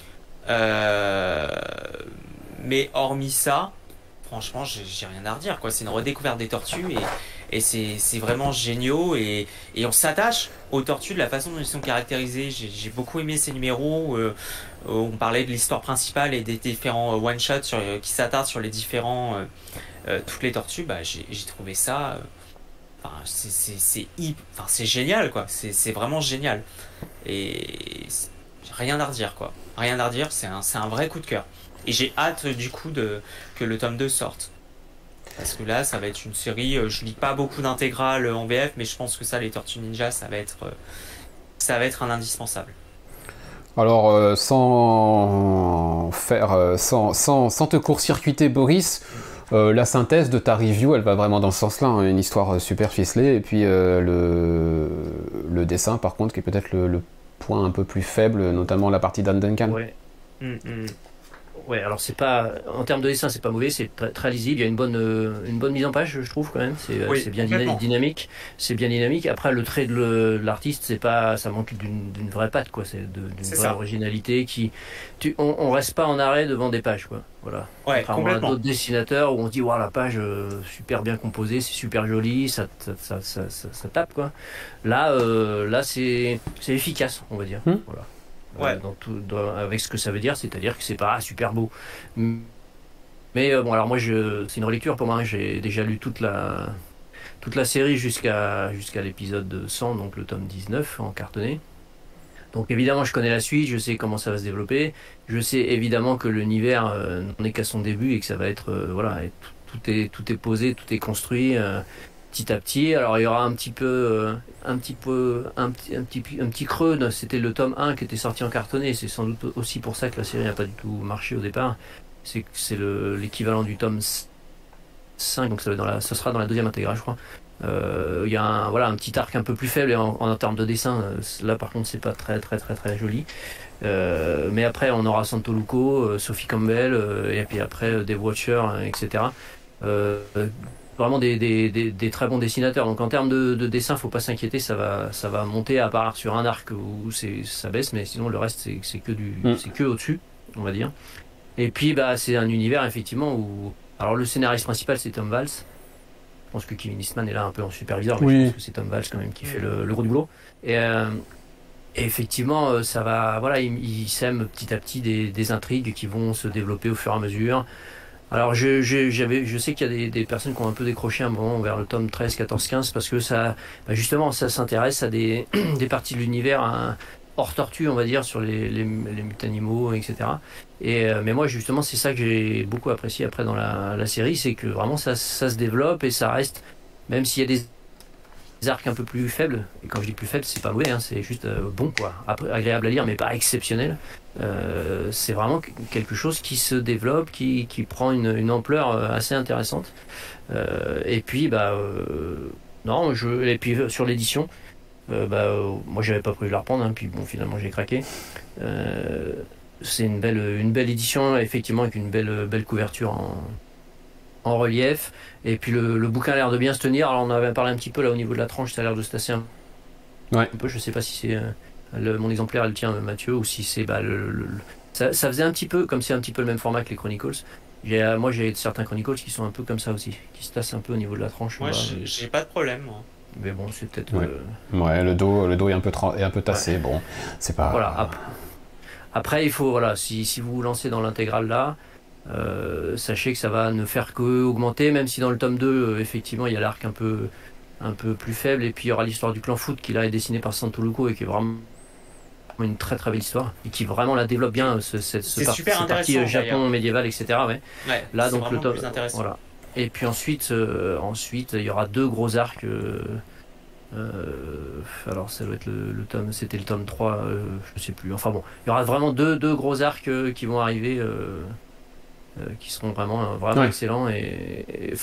Mais hormis ça, franchement, j'ai rien à redire, quoi. C'est une redécouverte des tortues et c'est vraiment géniaux et on s'attache aux tortues de la façon dont ils sont caractérisés. J'ai beaucoup aimé ces numéros où on parlait de l'histoire principale et des différents one-shots qui s'attardent sur les différents toutes les tortues. Bah, j'ai trouvé ça. Enfin, c'est génial, quoi. C'est vraiment génial. Et rien à redire, quoi. Rien à redire, c'est un vrai coup de cœur. Et j'ai hâte, du coup, que le tome 2 sorte. Parce que là, ça va être une série, je lis pas beaucoup d'intégrales en VF, mais je pense que ça, les Tortues Ninja, ça va être un indispensable. Alors, sans te court-circuiter, Boris, la synthèse de ta review, elle va vraiment dans ce sens-là, hein, une histoire super ficelée, et puis le dessin, par contre, qui est peut-être le point un peu plus faible, notamment la partie d'Anne Duncan. Ouais. Ouais, alors c'est pas en termes de dessin, c'est pas mauvais, c'est très lisible. Il y a une bonne mise en page, je trouve quand même. C'est bien dynamique, c'est bien dynamique. Après, le trait de l'artiste, c'est pas, ça manque d'une vraie patte, quoi. C'est d'une vraie originalité on reste pas en arrêt devant des pages, quoi. Voilà. Ouais, contrairement à d'autres dessinateurs où on se dit, waouh, la page super bien composée, c'est super joli, ça tape, quoi. Là, c'est efficace, on va dire. Voilà. Ouais. Avec ce que ça veut dire, c'est-à-dire que c'est pas super beau. Mais bon, alors moi, c'est une relecture pour moi. J'ai déjà lu toute la série jusqu'à l'épisode 100, donc le tome 19 en cartonné. Donc évidemment, je connais la suite, je sais comment ça va se développer. Je sais évidemment que l'univers n'en est qu'à son début et que ça va être voilà, tout est posé, tout est construit. Petit à petit, alors il y aura un petit creux. C'était le tome 1 qui était sorti en cartonné. C'est sans doute aussi pour ça que la série n'a pas du tout marché au départ. C'est l'équivalent du tome 5, donc ça sera dans la deuxième intégrale, je crois. Il y a un petit arc un peu plus faible en termes de dessin. Là par contre, c'est pas très très très très joli. Mais après, on aura Santoluco, Sophie Campbell, et puis après Dave Watcher, etc. Vraiment des très bons dessinateurs. Donc en termes de dessin, faut pas s'inquiéter, ça va monter à part sur un arc où ça baisse, mais sinon le reste c'est que au-dessus, on va dire. Et puis c'est un univers effectivement où alors le scénariste principal c'est Tom Valls. Je pense que Kevin Eastman est là un peu en superviseur, mais je pense que c'est Tom Valls quand même qui fait le gros du boulot. Et effectivement, ça va, voilà, il sème petit à petit des intrigues qui vont se développer au fur et à mesure. Alors je sais qu'il y a des personnes qui ont un peu décroché un moment vers le tome 13, 14, 15 parce que ça s'intéresse à des parties de l'univers hors tortue, on va dire, sur les mutanimaux, etc. Mais moi justement c'est ça que j'ai beaucoup apprécié après dans la série, c'est que vraiment ça se développe et ça reste, même s'il y a des arcs un peu plus faibles, et quand je dis plus faibles, c'est pas mauvais, hein, c'est juste bon, quoi, agréable à lire mais pas exceptionnel. C'est vraiment quelque chose qui se développe, qui prend une ampleur assez intéressante. Et puis non, et puis sur l'édition, moi j'avais pas prévu de la reprendre, hein, puis bon, finalement j'ai craqué. C'est une belle édition, effectivement, avec une belle couverture en relief, et puis le bouquin a l'air de bien se tenir. Alors on avait parlé un petit peu là au niveau de la tranche, ça a l'air de se tasser un peu. Je sais pas si c'est mon exemplaire le tien, Mathieu, ou si c'est ça faisait un petit peu comme c'est un petit peu le même format que les Chronicles. Moi j'ai certains Chronicles qui sont un peu comme ça aussi, qui se tassent un peu au niveau de la tranche. Moi j'ai pas de problème, moi. Mais bon, c'est peut-être le dos est un peu tassé. Bon, c'est pas voilà. Après il faut, voilà, si vous vous lancez dans l'intégrale là, sachez que ça va ne faire que augmenter, même si dans le tome 2 effectivement il y a l'arc un peu plus faible, et puis il y aura l'histoire du clan foot qui là est dessiné par Santoluco et qui est vraiment une très très belle histoire et qui vraiment la développe bien, cette super partie Japon médiéval, etc. Là, donc le tome, voilà. Et puis ensuite, il y aura 2 gros arcs. Alors ça doit être le tome, c'était le tome 3, je sais plus. Enfin bon, il y aura vraiment deux gros arcs qui vont arriver, qui seront vraiment excellents. Et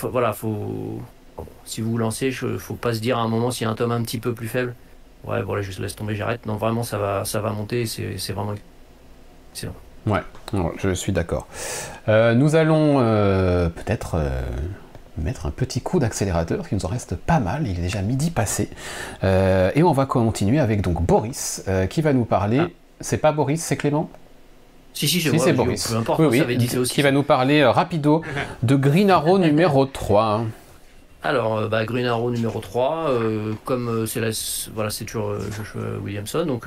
si vous vous lancez, faut pas se dire à un moment s'il y a un tome un petit peu plus faible. Ouais, voilà, je laisse tomber, j'arrête. Non, vraiment, ça va monter, c'est vraiment excellent. Ouais, je suis d'accord. Nous allons peut-être mettre un petit coup d'accélérateur, il nous en reste pas mal, il est déjà midi passé. Et on va continuer avec donc Boris, qui va nous parler... C'est pas Boris, c'est Clément ? Si, c'est Boris. Peu importe, qui va nous parler rapido de Green Arrow numéro 3. Alors, Green Arrow numéro 3, comme c'est toujours Joshua Williamson, donc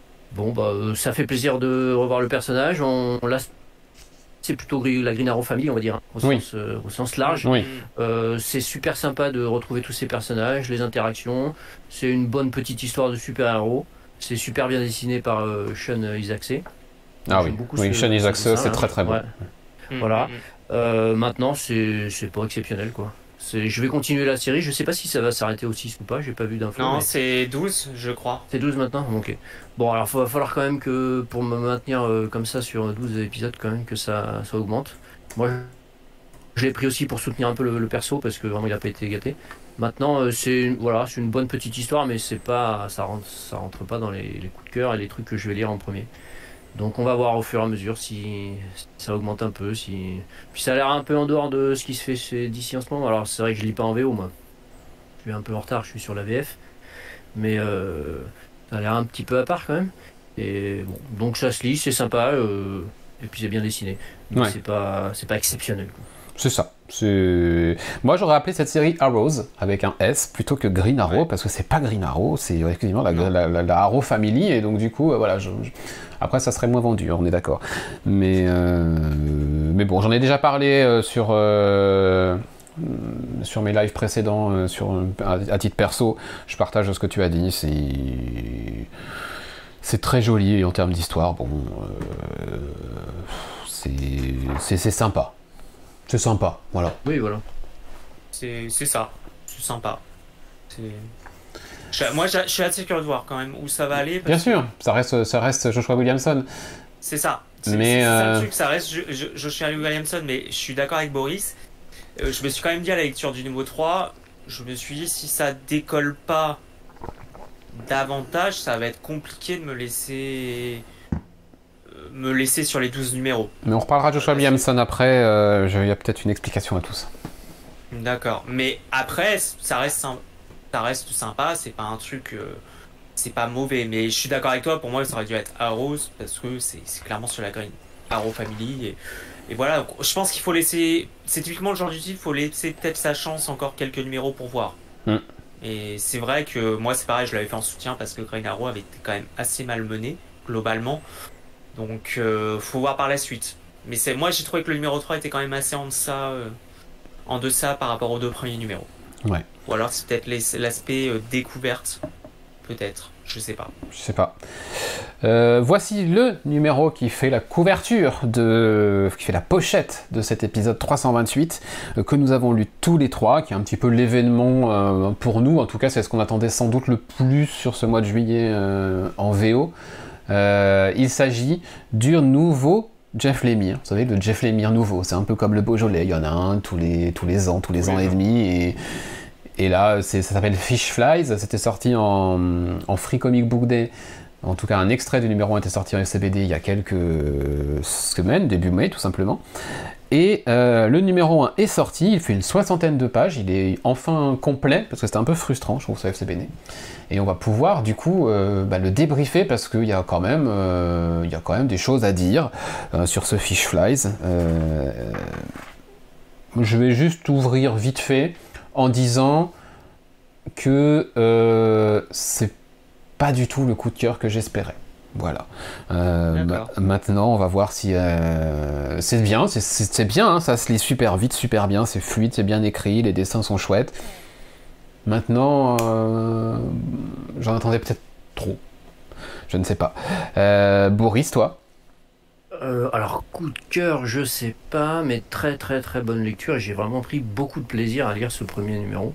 ça fait plaisir de revoir le personnage. Là, c'est plutôt la Green Arrow Family, on va dire, au sens large. Oui. C'est super sympa de retrouver tous ces personnages, les interactions. C'est une bonne petite histoire de super-héros. C'est super bien dessiné par Sean Izaakse. Ah oui, Sean Izaakse, c'est très très bon. Ouais. Voilà. Maintenant, c'est pas exceptionnel, quoi. Je vais continuer la série, je sais pas si ça va s'arrêter au 6 ou pas, j'ai pas vu d'infos. Non, c'est 12, je crois. C'est 12 maintenant ? Ok. Bon, alors il va falloir quand même que, pour me maintenir comme ça sur 12 épisodes, quand même que ça augmente. Moi, je l'ai pris aussi pour soutenir un peu le perso, parce que vraiment il a pas été gâté. Maintenant, c'est une bonne petite histoire, mais ça rentre pas dans les coups de cœur et les trucs que je vais lire en premier. Donc on va voir au fur et à mesure si ça augmente un peu. Puis ça a l'air un peu en dehors de ce qui se fait chez DC en ce moment. Alors c'est vrai que je lis pas en VO, moi. Je suis un peu en retard, je suis sur la VF. Mais ça a l'air un petit peu à part quand même. Et bon, donc ça se lit, c'est sympa. Et puis c'est bien dessiné. Donc c'est pas exceptionnel, quoi. C'est ça. Moi, j'aurais appelé cette série Arrows avec un S plutôt que Green Arrow, parce que c'est pas Green Arrow, c'est effectivement la Arrow Family, et donc du coup, voilà. Après, ça serait moins vendu, on est d'accord. Mais bon, j'en ai déjà parlé sur mes lives précédents, à titre perso. Je partage ce que tu as dit. C'est très joli, et en termes d'histoire, bon, c'est sympa. C'est sympa, voilà. Oui, voilà. C'est ça, c'est sympa. Moi, je suis assez curieux de voir quand même où ça va aller. Bien sûr, ça reste Joshua Williamson. C'est ça. C'est ça le truc, ça reste Joshua Williamson, mais je suis d'accord avec Boris. Je me suis quand même dit à la lecture du numéro 3, je me suis dit si ça décolle pas davantage, ça va être compliqué de me laisser sur les 12 numéros. Mais on reparlera de Joshua Williamson après, il y a peut-être une explication à tout ça. D'accord, mais après, ça reste sympa, c'est pas un truc... c'est pas mauvais, mais je suis d'accord avec toi, pour moi ça aurait dû être Arrows, parce que c'est clairement sur la Green Arrow Family, et voilà, je pense qu'il faut laisser... C'est typiquement le genre du titre, il faut laisser peut-être sa chance encore quelques numéros pour voir. Et c'est vrai que moi c'est pareil, je l'avais fait en soutien, parce que Green Arrow avait été quand même assez malmené, globalement. Donc, faut voir par la suite. Mais moi, j'ai trouvé que le numéro 3 était quand même assez en deçà par rapport aux 2 premiers numéros. Ouais. Ou alors, c'est peut-être l'aspect découverte. Peut-être. Je sais pas. Voici le numéro qui fait la couverture, qui fait la pochette de cet épisode 328, que nous avons lu tous les 3, qui est un petit peu l'événement pour nous. En tout cas, c'est ce qu'on attendait sans doute le plus sur ce mois de juillet en VO. Il s'agit du nouveau Jeff Lemire. Vous savez, le Jeff Lemire nouveau, c'est un peu comme le Beaujolais, il y en a un tous les ans et demi, et là ça s'appelle Fish Flies. C'était sorti en Free Comic Book Day, en tout cas un extrait du numéro 1 était sorti en FCBD il y a quelques semaines, début mai tout simplement. Et le numéro 1 est sorti, il fait une 60aine de pages, il est enfin complet, parce que c'était un peu frustrant, je trouve, sur FCBD. Et on va pouvoir, du coup, le débriefer, parce qu'il y a quand même des choses à dire sur ce Fish Flies. Je vais juste ouvrir vite fait en disant que c'est pas du tout le coup de cœur que j'espérais. Voilà. Maintenant, on va voir si c'est bien. C'est bien, hein, ça se lit super vite, super bien. C'est fluide, c'est bien écrit, les dessins sont chouettes. Maintenant, j'en attendais peut-être trop. je ne sais pas. Boris, toi? Alors, coup de cœur, je sais pas, mais très très très bonne lecture. J'ai vraiment pris beaucoup de plaisir à lire ce premier numéro.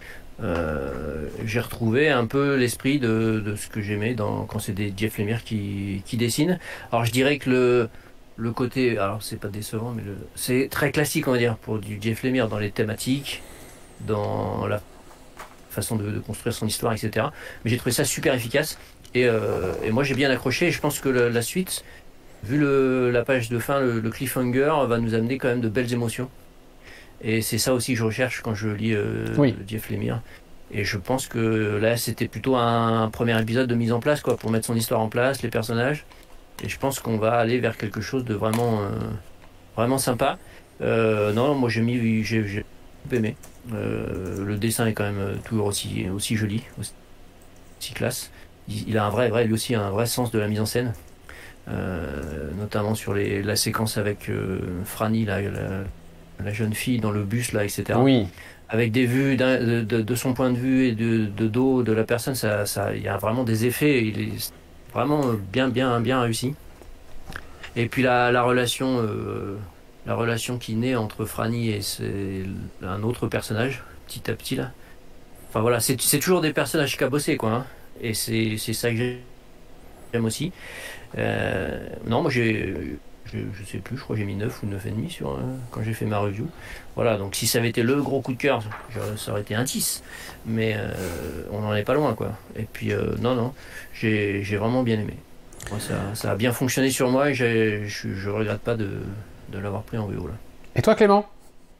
J'ai retrouvé un peu l'esprit de ce que j'aimais quand c'est des Jeff Lemire qui dessinent. Alors, je dirais que le côté, alors c'est pas décevant, mais c'est très classique, on va dire, pour du Jeff Lemire dans les thématiques, dans la façon de construire son histoire, etc. Mais j'ai trouvé ça super efficace et moi j'ai bien accroché. Et je pense que la suite, vu la page de fin, le cliffhanger, va nous amener quand même de belles émotions. Et c'est ça aussi que je recherche quand je lis Jeff Lemire. Et je pense que là, c'était plutôt un premier épisode de mise en place, quoi, pour mettre son histoire en place, les personnages. Et je pense qu'on va aller vers quelque chose de vraiment, vraiment sympa. Non, moi j'ai beaucoup aimé. Le dessin est quand même toujours aussi joli, aussi classe. Il a lui aussi un vrai sens de la mise en scène. Notamment sur la séquence avec Franny, la jeune fille dans le bus, là, etc. Oui. Avec des vues de son point de vue et de dos de la personne, il y a vraiment des effets. Il est vraiment bien réussi. Et puis la relation qui naît entre Franny et un autre personnage, petit à petit là. Enfin voilà, c'est toujours des personnages cabossés, quoi. Hein. Et c'est ça que j'aime aussi. Non, moi je sais plus, je crois que j'ai mis 9 ou 9,5 quand j'ai fait ma review. Voilà, donc si ça avait été le gros coup de cœur, ça aurait été un 10. Mais on n'en est pas loin, quoi. Et puis, non, j'ai vraiment bien aimé. Moi, ça a bien fonctionné sur moi et je regrette pas de l'avoir pris en VO, là. Et toi, Clément?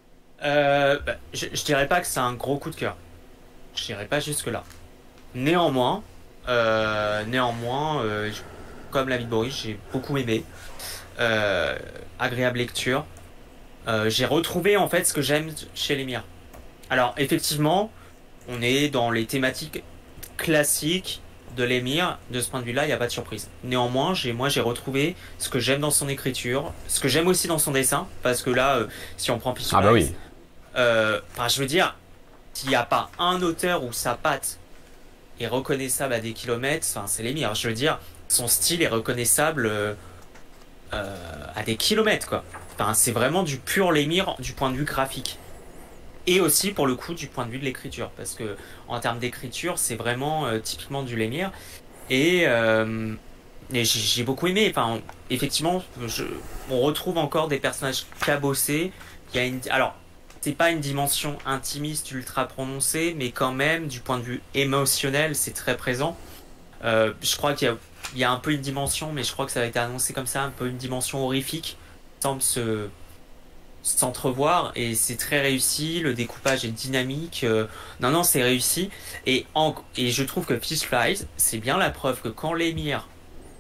Je dirais pas que c'est un gros coup de cœur. Je dirais pas jusque-là. Néanmoins, comme la vie de Boris, j'ai beaucoup aimé. Agréable lecture. J'ai retrouvé en fait ce que j'aime chez Lemire. Alors effectivement, on est dans les thématiques classiques de Lemire. De ce point de vue-là, il n'y a pas de surprise. Néanmoins, j'ai retrouvé ce que j'aime dans son écriture, ce que j'aime aussi dans son dessin, parce que là, si on prend Pitch Ah bah oui. Je veux dire, s'il n'y a pas un auteur où sa patte est reconnaissable à des kilomètres, c'est Lemire. Je veux dire, son style est reconnaissable à des kilomètres, quoi. C'est vraiment du pur Lemire du point de vue graphique. Et aussi, pour le coup, du point de vue de l'écriture. Parce que, en termes d'écriture, c'est vraiment typiquement du Lemire. Et j'ai beaucoup aimé. Effectivement, on retrouve encore des personnages cabossés. Alors, c'est pas une dimension intimiste ultra prononcée, mais quand même, du point de vue émotionnel, c'est très présent. Je crois qu'il y a un peu une dimension, mais je crois que ça a été annoncé comme ça, un peu une dimension horrifique, semble s'entrevoir, et c'est très réussi. Le découpage est dynamique. Non, c'est réussi. Et je trouve que Fish Flies, c'est bien la preuve que quand Lemire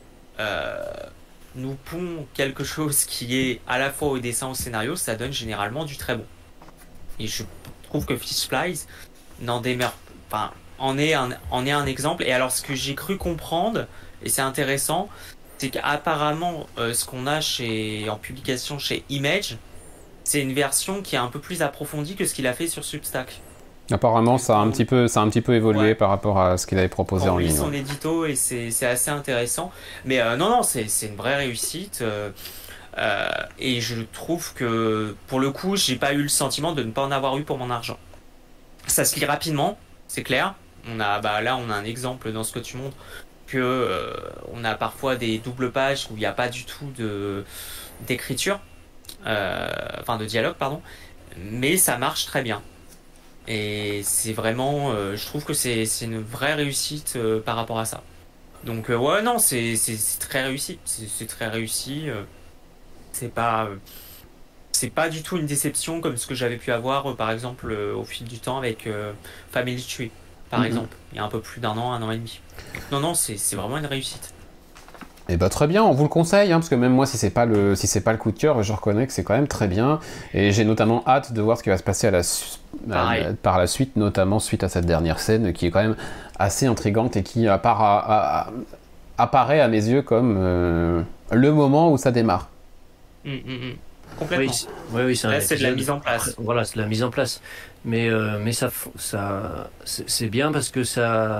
nous pond quelque chose qui est à la fois au dessin, au scénario, ça donne généralement du très bon. Et je trouve que Fish Flies n'en demeure, en est un exemple. Et alors, ce que j'ai cru comprendre, et c'est intéressant, c'est qu'apparemment, ce qu'on a en publication chez Image, c'est une version qui est un peu plus approfondie que ce qu'il a fait sur Substack. Apparemment, ça a un petit peu évolué, ouais, par rapport à ce qu'il avait proposé en ligne. Son édito, et c'est assez intéressant. Mais non, c'est une vraie réussite. Et je trouve que, pour le coup, j'ai pas eu le sentiment de ne pas en avoir eu pour mon argent. Ça se lit rapidement, c'est clair. Là, on a un exemple dans ce que tu montres, que on a parfois des doubles pages où il n'y a pas du tout d'écriture, de dialogue, pardon. Mais ça marche très bien. Et c'est vraiment, je trouve que c'est une vraie réussite par rapport à ça. Donc ouais, non, c'est très réussi. C'est très réussi. C'est pas du tout une déception comme ce que j'avais pu avoir, par exemple, au fil du temps avec Family Tree, par exemple, il y a un peu plus d'un an et demi. Non, c'est vraiment une réussite. Et bah très bien, on vous le conseille, parce que même moi, si c'est pas le coup de cœur, je reconnais que c'est quand même très bien. Et j'ai notamment hâte de voir ce qui va se passer par la suite, notamment suite à cette dernière scène, qui est quand même assez intrigante et qui apparaît à mes yeux comme le moment où ça démarre. Complètement. Oui, c'est de la mise en place. Voilà, c'est de la mise en place. Mais ça c'est bien parce que ça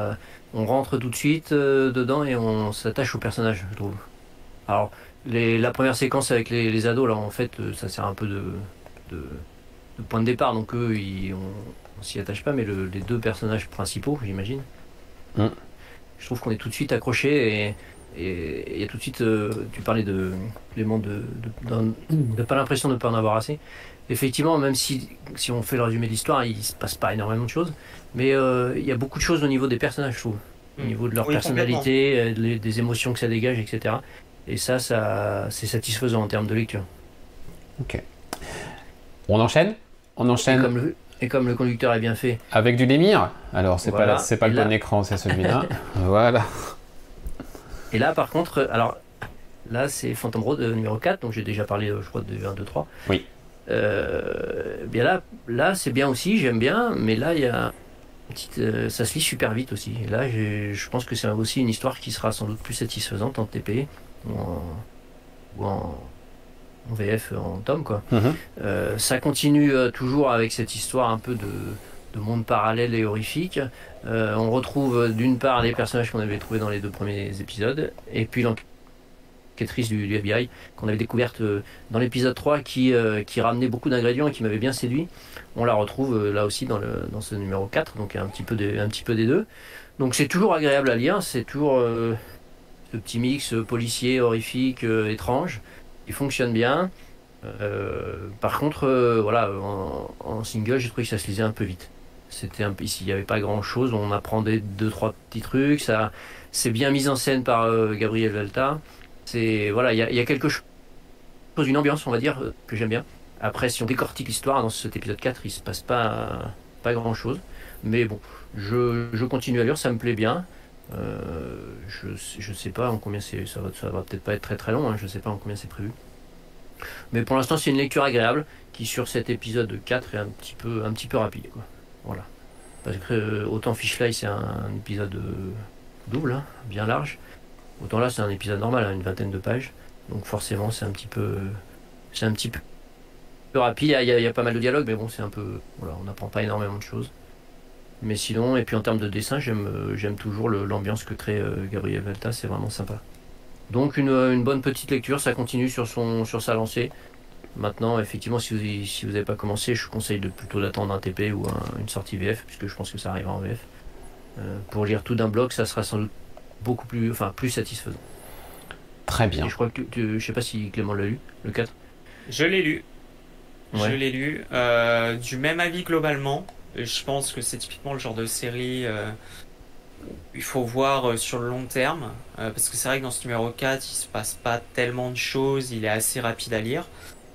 on rentre tout de suite dedans et on s'attache au personnage, je trouve. Alors, la première séquence avec les ados, là, en fait, ça sert un peu de point de départ, donc eux, on s'y attache pas, mais les deux personnages principaux, j'imagine. Je trouve qu'on est tout de suite accroché et il y a tout de suite, tu parlais d'éléments de pas l'impression de ne pas en avoir assez. Effectivement, même si on fait le résumé de l'histoire, il se passe pas énormément de choses, mais il y a beaucoup de choses au niveau des personnages, je trouve, au niveau de leur personnalité, des émotions que ça dégage, etc. Et ça c'est satisfaisant en termes de lecture. Ok. On enchaîne. Et comme le conducteur est bien fait. Avec du Lemire. Alors, c'est voilà. pas le bon écran, c'est celui-là. Voilà. Et là, par contre, là, c'est Phantom Road numéro 4, donc j'ai déjà parlé, je crois, de 1, 2, 3. Oui. Bien là, c'est bien aussi, j'aime bien, mais là, il y a ça se lit super vite aussi. Et là, je pense que c'est aussi une histoire qui sera sans doute plus satisfaisante en TP ou en VF en tome, quoi. Ça continue toujours avec cette histoire un peu de monde parallèle et horrifique. On retrouve d'une part les personnages qu'on avait trouvés dans les 2 premiers épisodes, et puis l'enquêtrice du FBI qu'on avait découverte dans l'épisode 3 qui ramenait beaucoup d'ingrédients et qui m'avait bien séduit. On la retrouve là aussi dans ce numéro 4, donc un petit peu des deux. Donc c'est toujours agréable à lire, c'est toujours ce petit mix policier, horrifique, étrange. Il fonctionne bien. Par contre, voilà, en single, j'ai trouvé que ça se lisait un peu vite. Ici, il n'y avait pas grand chose. On apprendait 2-3 petits trucs. Ça, c'est bien mis en scène par Gabriel Valta. Voilà, il y a quelque chose, une ambiance, on va dire, que j'aime bien. Après, si on décortique l'histoire dans cet épisode 4, il se passe pas grand chose. Mais bon, je continue à lire, ça me plaît bien. Je sais pas en combien ça va peut-être pas être très très long, hein, je sais pas en combien c'est prévu. Mais pour l'instant, c'est une lecture agréable qui, sur cet épisode 4, est un petit peu rapide, quoi. Voilà. Parce que autant Fishfly, c'est un épisode double, hein, bien large. Autant là, c'est un épisode normal, hein, une 20aine de pages. Donc forcément, c'est un petit peu rapide. Il y a pas mal de dialogues, mais bon, c'est un peu... Voilà, on n'apprend pas énormément de choses. Mais sinon, et puis en termes de dessin, j'aime toujours l'ambiance que crée Gabriel Valta, c'est vraiment sympa. Donc une bonne petite lecture, ça continue sur sa lancée. Maintenant, effectivement, si vous n'avez pas commencé, je vous conseille plutôt d'attendre un TP ou une sortie VF, puisque je pense que ça arrivera en VF. Pour lire tout d'un bloc, ça sera sans doute beaucoup plus satisfaisant. Très bien. Et je crois que je sais pas si Clément l'a lu, le 4. Je l'ai lu. Ouais. Je l'ai lu. Du même avis globalement. Je pense que c'est typiquement le genre de série il faut voir sur le long terme. Parce que c'est vrai que dans ce numéro 4, il se passe pas tellement de choses. Il est assez rapide à lire.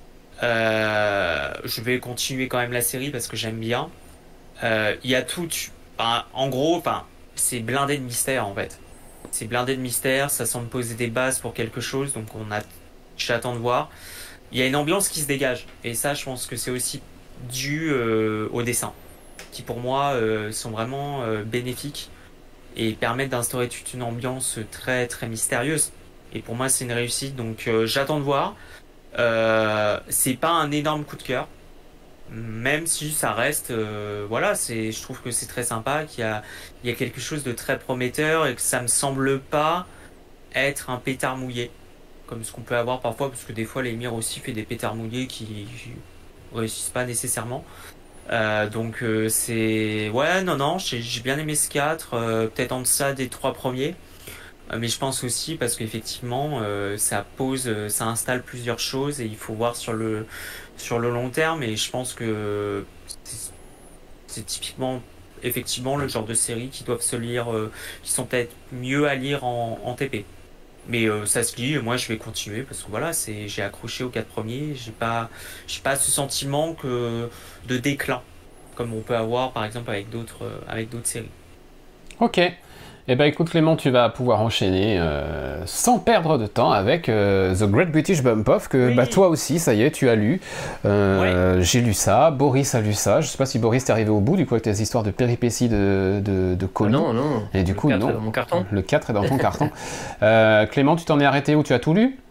Je vais continuer quand même la série parce que j'aime bien. Il y a tout. En gros, c'est blindé de mystère en fait. C'est blindé de mystère. Ça semble poser des bases pour quelque chose. Donc j'attends de voir. Il y a une ambiance qui se dégage. Et ça, je pense que c'est aussi dû au dessin, qui pour moi sont vraiment bénéfiques et permettent d'instaurer toute une ambiance très très mystérieuse. Et pour moi, c'est une réussite. Donc j'attends de voir. C'est pas un énorme coup de cœur, même si ça reste voilà, je trouve que c'est très sympa, qu'il y a quelque chose de très prometteur et que ça me semble pas être un pétard mouillé comme ce qu'on peut avoir parfois, parce que des fois Lemire aussi fait des pétards mouillés qui réussissent pas nécessairement. Donc c'est non, j'ai bien aimé ce 4, peut-être en deçà des 3 premiers. Mais je pense aussi parce qu'effectivement ça installe plusieurs choses et il faut voir sur le long terme, et je pense que c'est typiquement effectivement le genre de série qui doivent se lire, qui sont peut-être mieux à lire en TP. Mais ça se lit, moi je vais continuer parce que voilà, j'ai accroché aux 4 premiers, j'ai pas ce sentiment de déclin comme on peut avoir par exemple avec d'autres séries. Ok. Eh ben écoute Clément, tu vas pouvoir enchaîner sans perdre de temps avec The Great British Bump Off, que Oui. toi aussi, ça y est, tu as lu. Ouais. J'ai lu ça, Boris a lu ça. Je sais pas si Boris t'est arrivé au bout, du coup, avec tes histoires de péripéties de colis. Non. Et du coup, le 4 non. est dans mon carton. Le 4 est dans ton carton. Clément, tu t'en es arrêté où? Tu as tout lu?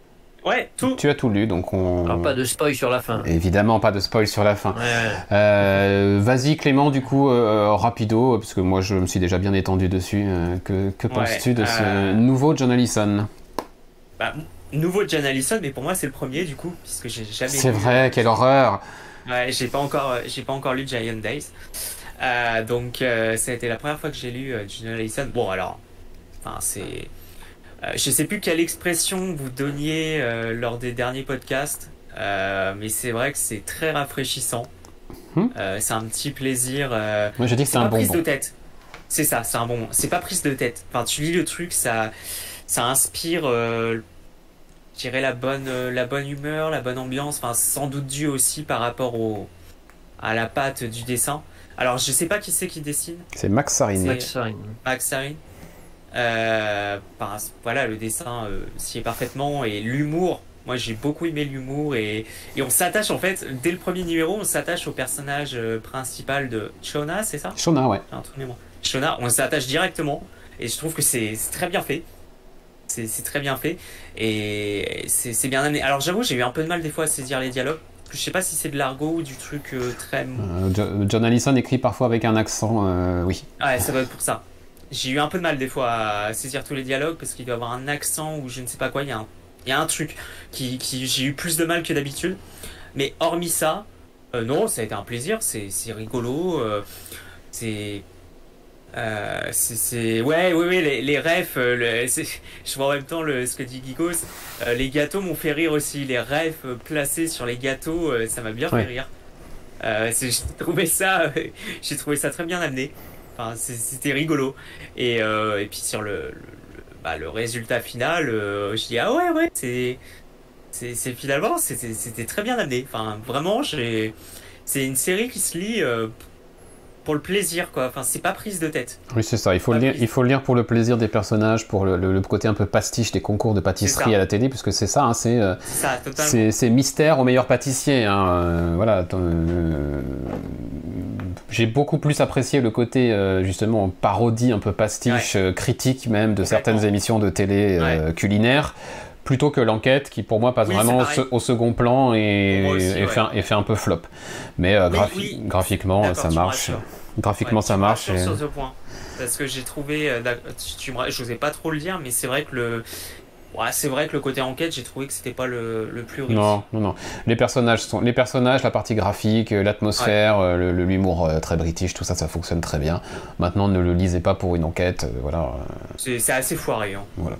Ouais, tout. Tu as tout lu, donc on... Alors, pas de spoil sur la fin. Évidemment, pas de spoil sur la fin. Vas-y Clément, du coup, rapido, parce que moi je me suis déjà bien étendu dessus. Que penses-tu de ce nouveau John Allison? Nouveau John Allison, mais pour moi c'est le premier du coup, puisque j'ai jamais C'est lu... vrai, quelle horreur! Ouais, j'ai pas encore lu Giant Days. Donc ça a été la première fois que j'ai lu John Allison. Bon alors, enfin c'est... je sais plus quelle expression vous donniez lors des derniers podcasts, mais c'est vrai que c'est très rafraîchissant. C'est un petit plaisir. Moi je dis que c'est un bonbon. Prise de tête. C'est ça, c'est un bonbon. C'est pas prise de tête. Enfin, tu lis le truc, ça inspire, je dirais la bonne humeur, la bonne ambiance. Enfin, sans doute dû aussi par rapport à la patte du dessin. Alors, je sais pas qui c'est qui dessine. C'est Max Sarin. Max Sarin. Voilà, le dessin s'y est parfaitement, et l'humour. Moi, j'ai beaucoup aimé l'humour, et on s'attache en fait dès le premier numéro, on s'attache au personnage principal de Shona, c'est ça? Shona, ouais. Shona, on s'attache directement, et je trouve que c'est très bien fait. C'est très bien fait, et c'est bien amené. Alors j'avoue, j'ai eu un peu de mal des fois à saisir les dialogues. Je sais pas si c'est de l'argot ou du truc très... John Allison écrit parfois avec un accent, oui. Ouais, ça doit être pour ça. J'ai eu un peu de mal des fois à saisir tous les dialogues parce qu'il doit avoir un accent ou je ne sais pas quoi. Il y a un truc qui j'ai eu plus de mal que d'habitude. Mais hormis ça, non, ça a été un plaisir. C'est rigolo. Ouais, les refs. Je vois en même temps ce que dit Geekos. Les gâteaux m'ont fait rire aussi. Les refs placés sur les gâteaux, ça m'a bien fait rire. J'ai trouvé ça très bien amené. Enfin, c'était rigolo. Et puis sur le résultat final, je dis ah ouais, c'est finalement c'était très bien amené. Enfin, vraiment, c'est une série qui se lit pour le plaisir, quoi. Enfin, c'est pas prise de tête. Oui, c'est ça. Il faut le lire pour le plaisir des personnages, pour le côté un peu pastiche des concours de pâtisserie à la télé, puisque c'est ça, hein, c'est mystère au meilleur pâtissier. Hein, voilà. J'ai beaucoup plus apprécié le côté justement parodie, un peu pastiche, critique même de certaines émissions de télé culinaires, plutôt que l'enquête qui pour moi passe vraiment au second plan et fait un peu flop. Mais graphiquement ça marche. Graphiquement ça marche. Sur ce point. Parce que j'ai trouvé, je n'osais pas trop le dire, mais c'est vrai que c'est vrai que le côté enquête, j'ai trouvé que c'était pas le plus réussi. Non. Les personnages, la partie graphique, l'atmosphère, l'humour très british, tout ça, ça fonctionne très bien. Maintenant, ne le lisez pas pour une enquête, voilà. C'est assez foiré, hein. Voilà.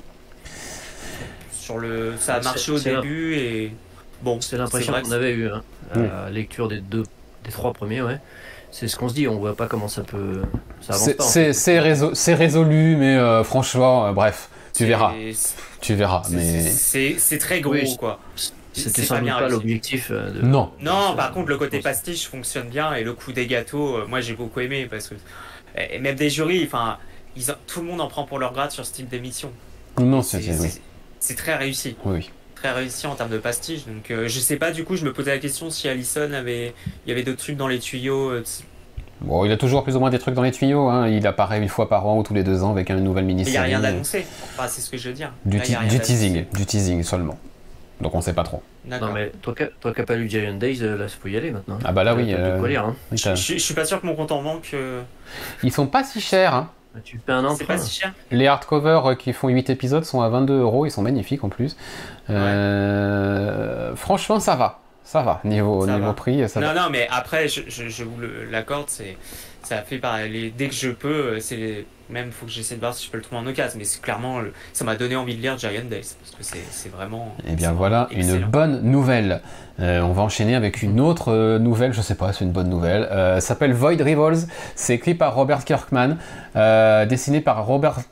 Ça a marché au début et bon. C'est l'impression qu'on avait eu à la lecture des 3 premiers, ouais. C'est ce qu'on se dit, on voit pas comment ça peut. Ça avance pas. C'est résolu, mais franchement, bref. Tu verras, mais... C'est très gros, quoi. C'était sans doute pas l'objectif de... Non, par contre, le côté pastiche fonctionne bien, et le coup des gâteaux, moi j'ai beaucoup aimé, parce que... Et même des jurys, enfin, tout le monde en prend pour leur grade sur ce type d'émission. Non, c'est très réussi. Oui. Très réussi en termes de pastiche, donc je sais pas, du coup, je me posais la question si Allison il y avait d'autres trucs dans les tuyaux... Bon, il a toujours plus ou moins des trucs dans les tuyaux, hein. Il apparaît une fois par an ou tous les 2 ans avec une nouvelle mini-série. Il n'y a rien d'annoncé, enfin, c'est ce que je veux dire. Du teasing seulement. Donc on sait pas trop. D'accord. Non mais toi qui n'as pas lu Giant Days, là il faut y aller maintenant. Ah bah là oui. Quoi lire, hein. Je suis pas sûr que mon compte en banque... Ils sont pas si chers, hein. Tu fais un emprunt. C'est pas si cher. Les hardcovers qui font 8 épisodes sont à 22€, ils sont magnifiques en plus. Franchement ça va. Ça va, niveau prix, ça va. Non, mais après, je vous l'accorde, ça fait dès que je peux, même faut que j'essaie de voir si je peux le trouver en occasion, mais c'est clairement, ça m'a donné envie de lire Giant Days, parce que c'est vraiment... Eh bien voilà, excellent. Une bonne nouvelle. On va enchaîner avec une autre nouvelle, je sais pas, c'est une bonne nouvelle. Ça s'appelle Void Rivals, c'est écrit par Robert Kirkman, dessiné par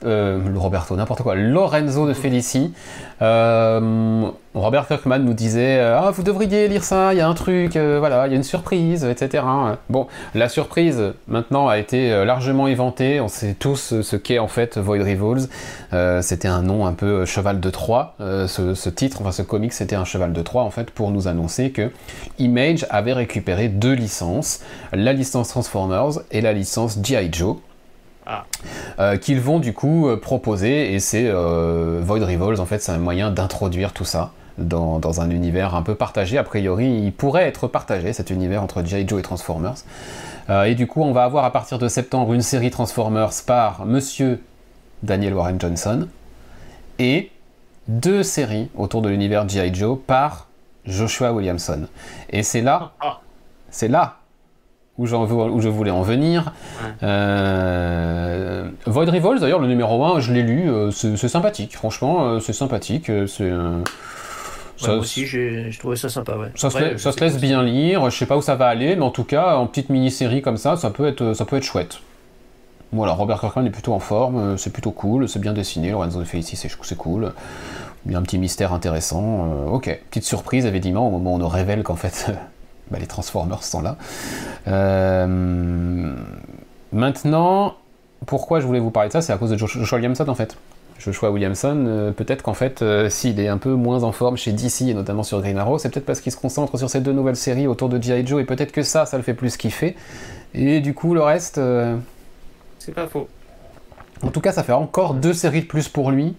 Lorenzo de Felici. Robert Kirkman nous disait vous devriez lire ça, il y a un truc, voilà, il y a une surprise, etc. Bon, la surprise maintenant a été largement éventée, on sait tous ce qu'est en fait Void Rivals. C'était un nom un peu cheval de Troie, ce titre, enfin ce comic c'était un cheval de Troie en fait pour nous annoncer que Image avait récupéré 2 licences, la licence Transformers et la licence G.I. Joe. Qu'ils vont du coup proposer, et c'est Void Rivals en fait, c'est un moyen d'introduire tout ça, dans un univers un peu partagé. A priori, il pourrait être partagé, cet univers entre G.I. Joe et Transformers. Et du coup, on va avoir à partir de septembre une série Transformers par Monsieur Daniel Warren Johnson et 2 séries autour de l'univers G.I. Joe par Joshua Williamson. Et c'est là où je voulais en venir. Void Rivals, d'ailleurs, le numéro 1, je l'ai lu, c'est sympathique, franchement, c'est sympathique. Moi aussi, j'ai trouvé ça sympa. Ouais. Ça se laisse bien lire, je sais pas où ça va aller, mais en tout cas, en petite mini-série comme ça peut être chouette. Voilà, Robert Kirkman est plutôt en forme, c'est plutôt cool, c'est bien dessiné, Lorenzo De Felici, c'est cool. Il y a un petit mystère intéressant. Ok, petite surprise évidemment au moment où on nous révèle qu'en fait les Transformers sont là. Maintenant, pourquoi je voulais vous parler de ça, c'est à cause de Joshua Williamson en fait. Joshua Williamson, peut-être qu'en fait, s'il est un peu moins en forme chez DC et notamment sur Green Arrow, c'est peut-être parce qu'il se concentre sur ces 2 nouvelles séries autour de G.I. Joe et peut-être que ça le fait plus kiffer. Et du coup, le reste... C'est pas faux. En tout cas, ça fait encore 2 séries de plus pour lui.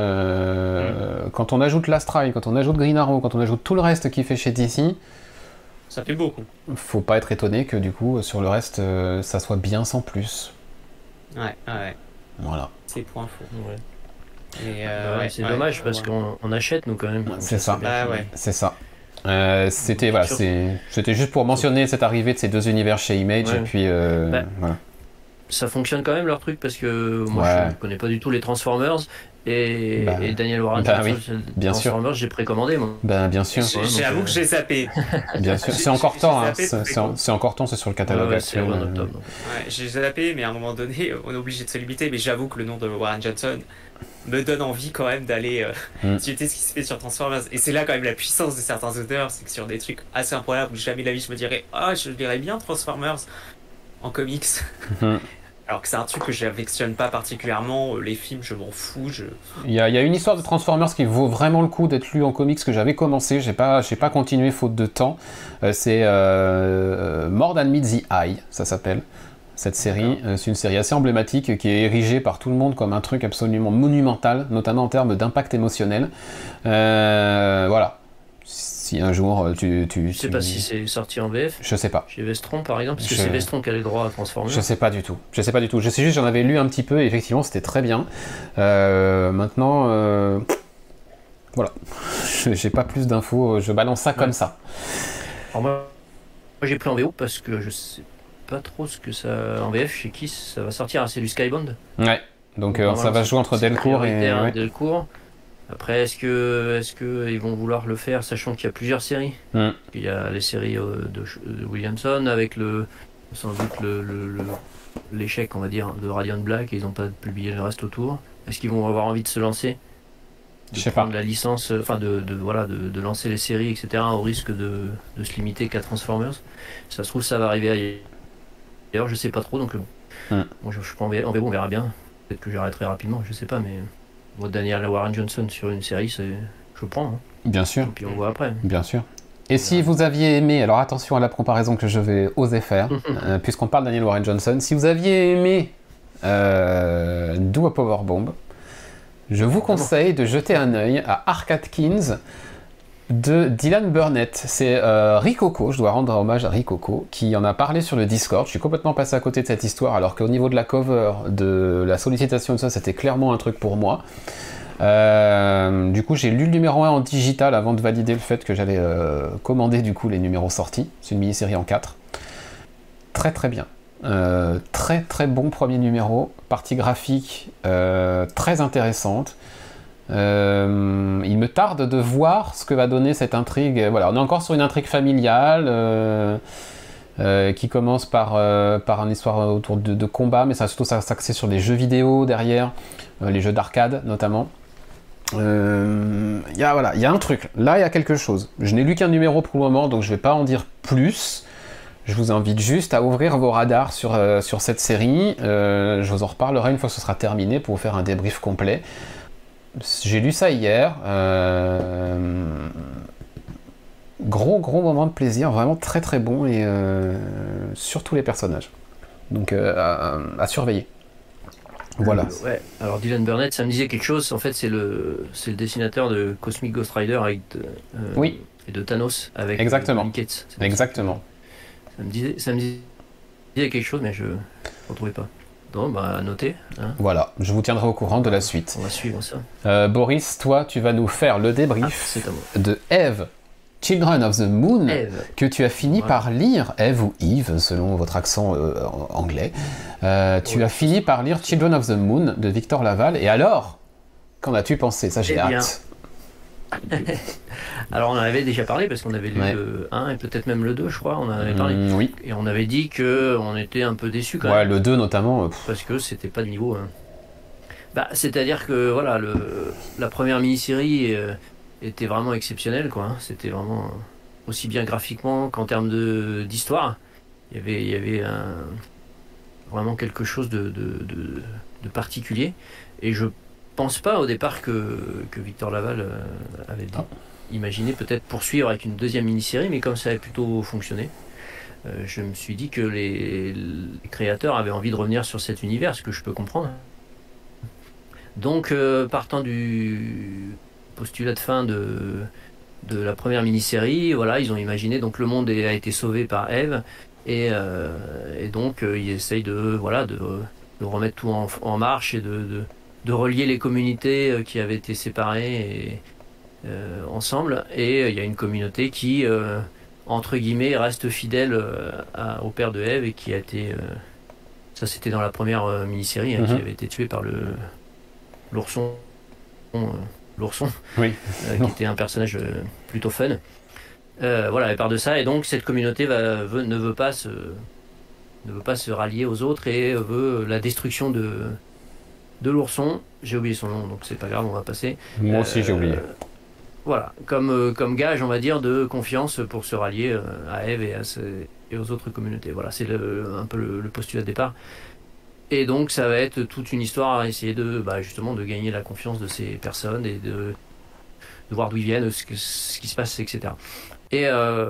Quand on ajoute l'Astral, quand on ajoute Green Arrow, quand on ajoute tout le reste qu'il fait chez DC, ça fait beaucoup. Faut pas être étonné que du coup, sur le reste, ça soit bien sans plus. Ouais. Voilà. C'est point faux. Ouais. C'est dommage parce qu'on achète nous quand même. C'est ça. C'est ça. C'était C'était juste pour mentionner cette arrivée de ces 2 univers chez Image et puis voilà. Ça fonctionne quand même leur truc parce que moi je ne connais pas du tout les Transformers et Daniel Warren bien Transformers sûr. j'ai précommandé moi. Bien sûr. J'avoue que j'ai zappé. Bien sûr, c'est encore temps, c'est encore temps, c'est sur le catalogue actuel. J'ai zappé, mais à un moment donné, on est obligé de se limiter. Mais j'avoue que le nom de Warren Johnson me donne envie quand même d'aller discuter ce qui se fait sur Transformers. Et c'est là quand même la puissance de certains auteurs, c'est que sur des trucs assez improbables où jamais de la vie je me dirais je lirais bien Transformers en comics. Alors que c'est un truc que j'affectionne pas particulièrement, les films je m'en fous. Il y a une histoire de Transformers qui vaut vraiment le coup d'être lue en comics que j'avais commencé, j'ai pas continué faute de temps. C'est More Than Meets the Eye, ça s'appelle. Cette série, c'est une série assez emblématique qui est érigée par tout le monde comme un truc absolument monumental, notamment en termes d'impact émotionnel. Voilà. Si un jour tu sais pas si c'est sorti en VF. Je sais pas. Chez Vestron par exemple, parce que c'est Vestron qui a les droits à Transformers. Je sais pas du tout. Je sais juste j'en avais lu un petit peu et effectivement c'était très bien. Maintenant, voilà. J'ai pas plus d'infos. Je balance ça comme ça. Alors moi j'ai pris en VO parce que je sais pas trop ce que ça en VF chez qui ça va sortir. C'est du Skybound. Ouais. Donc ça va jouer entre Delcourt et Delcourt. Après, est-ce que ils vont vouloir le faire, sachant qu'il y a plusieurs séries. Il y a les séries de Williamson avec sans doute l'échec, on va dire, de Radiant Black, et ils n'ont pas publié le reste autour. Est-ce qu'ils vont avoir envie de se lancer, Je sais pas. La licence, enfin de lancer les séries, etc. au risque de se limiter qu'à Transformers. Ça se trouve, ça va arriver ailleurs. D'ailleurs, je sais pas trop, donc moi je suis pas en VO, on verra bien. Peut-être que j'arrêterai rapidement, je sais pas, mais. Moi, Daniel Warren Johnson sur une série, je prends. Bien sûr. Et puis on voit après. Bien sûr. Et si vous aviez aimé, alors attention à la comparaison que je vais oser faire, puisqu'on parle de Daniel Warren Johnson, si vous aviez aimé Do a Powerbomb, je vous conseille de jeter un œil à Arcade Kings de Dylan Burnett. C'est Rikoko, je dois rendre hommage à Rikoko, qui en a parlé sur le Discord. Je suis complètement passé à côté de cette histoire, alors qu'au niveau de la cover, de la sollicitation de ça, c'était clairement un truc pour moi. Du coup, j'ai lu le numéro 1 en digital avant de valider le fait que j'allais commander du coup les numéros sortis. C'est une mini-série en 4. Très très bien. Très très bon premier numéro. Partie graphique très intéressante. Il me tarde de voir ce que va donner cette intrigue. Voilà, on est encore sur une intrigue familiale qui commence par une histoire autour de combat, mais ça va surtout s'axer sur les jeux vidéo derrière, les jeux d'arcade notamment. Il y a un truc. Là, il y a quelque chose. Je n'ai lu qu'un numéro pour le moment, donc je ne vais pas en dire plus. Je vous invite juste à ouvrir vos radars sur cette série. Je vous en reparlerai une fois que ce sera terminé pour vous faire un débrief complet. J'ai lu ça hier. Gros moment de plaisir, vraiment très très bon et sur tous les personnages. Donc à surveiller. Voilà. Ouais. Alors Dylan Burnett, ça me disait quelque chose. En fait, c'est le dessinateur de Cosmic Ghost Rider Oui. Et de Thanos avec Exactement. Tony Cates. Exactement. Ça me disait quelque chose, mais je ne retrouvais pas. Donc, à noter. Hein. Voilà, je vous tiendrai au courant de la suite. On va suivre ça. Boris, toi, tu vas nous faire le débrief de Eve, Children of the Moon, que tu as fini par lire, Eve ou Eve, selon votre accent anglais. Tu as fini par lire Children of the Moon de Victor Laval. Et alors, qu'en as-tu pensé? Ça, j'ai hâte. Alors, on en avait déjà parlé parce qu'on avait lu le 1 et peut-être même le 2, je crois. On en avait parlé. Oui. Et on avait dit qu'on était un peu déçus quand même. Ouais, le 2 notamment. Parce que c'était pas de niveau. C'est-à-dire que voilà, la première mini-série était vraiment exceptionnelle, quoi. C'était vraiment aussi bien graphiquement qu'en termes d'histoire. Il y avait vraiment quelque chose de particulier. Et je pense pas au départ que Victor Laval avait imaginé peut-être poursuivre avec une deuxième mini-série, mais comme ça avait plutôt fonctionné, je me suis dit que les créateurs avaient envie de revenir sur cet univers, ce que je peux comprendre. Donc, partant du postulat de fin de la première mini-série, voilà, ils ont imaginé, donc le monde a été sauvé par Eve, et donc ils essayent de remettre tout en marche et de relier les communautés qui avaient été séparées ensemble, et il y a une communauté qui entre guillemets reste fidèle au père de Eve, et qui a été ça c'était dans la première mini-série, qui avait été tué par l'ourson oui. Qui était un personnage plutôt fun, voilà, et par de ça, et donc cette communauté ne veut pas se rallier aux autres et veut la destruction de l'ourson. J'ai oublié son nom, donc c'est pas grave, on va passer. Moi aussi j'ai oublié. Voilà, comme gage, on va dire, de confiance pour se rallier à Eve et aux autres communautés. Voilà, c'est un peu le postulat de départ. Et donc ça va être toute une histoire à essayer justement de gagner la confiance de ces personnes et de voir d'où ils viennent, ce qui se passe, etc. Et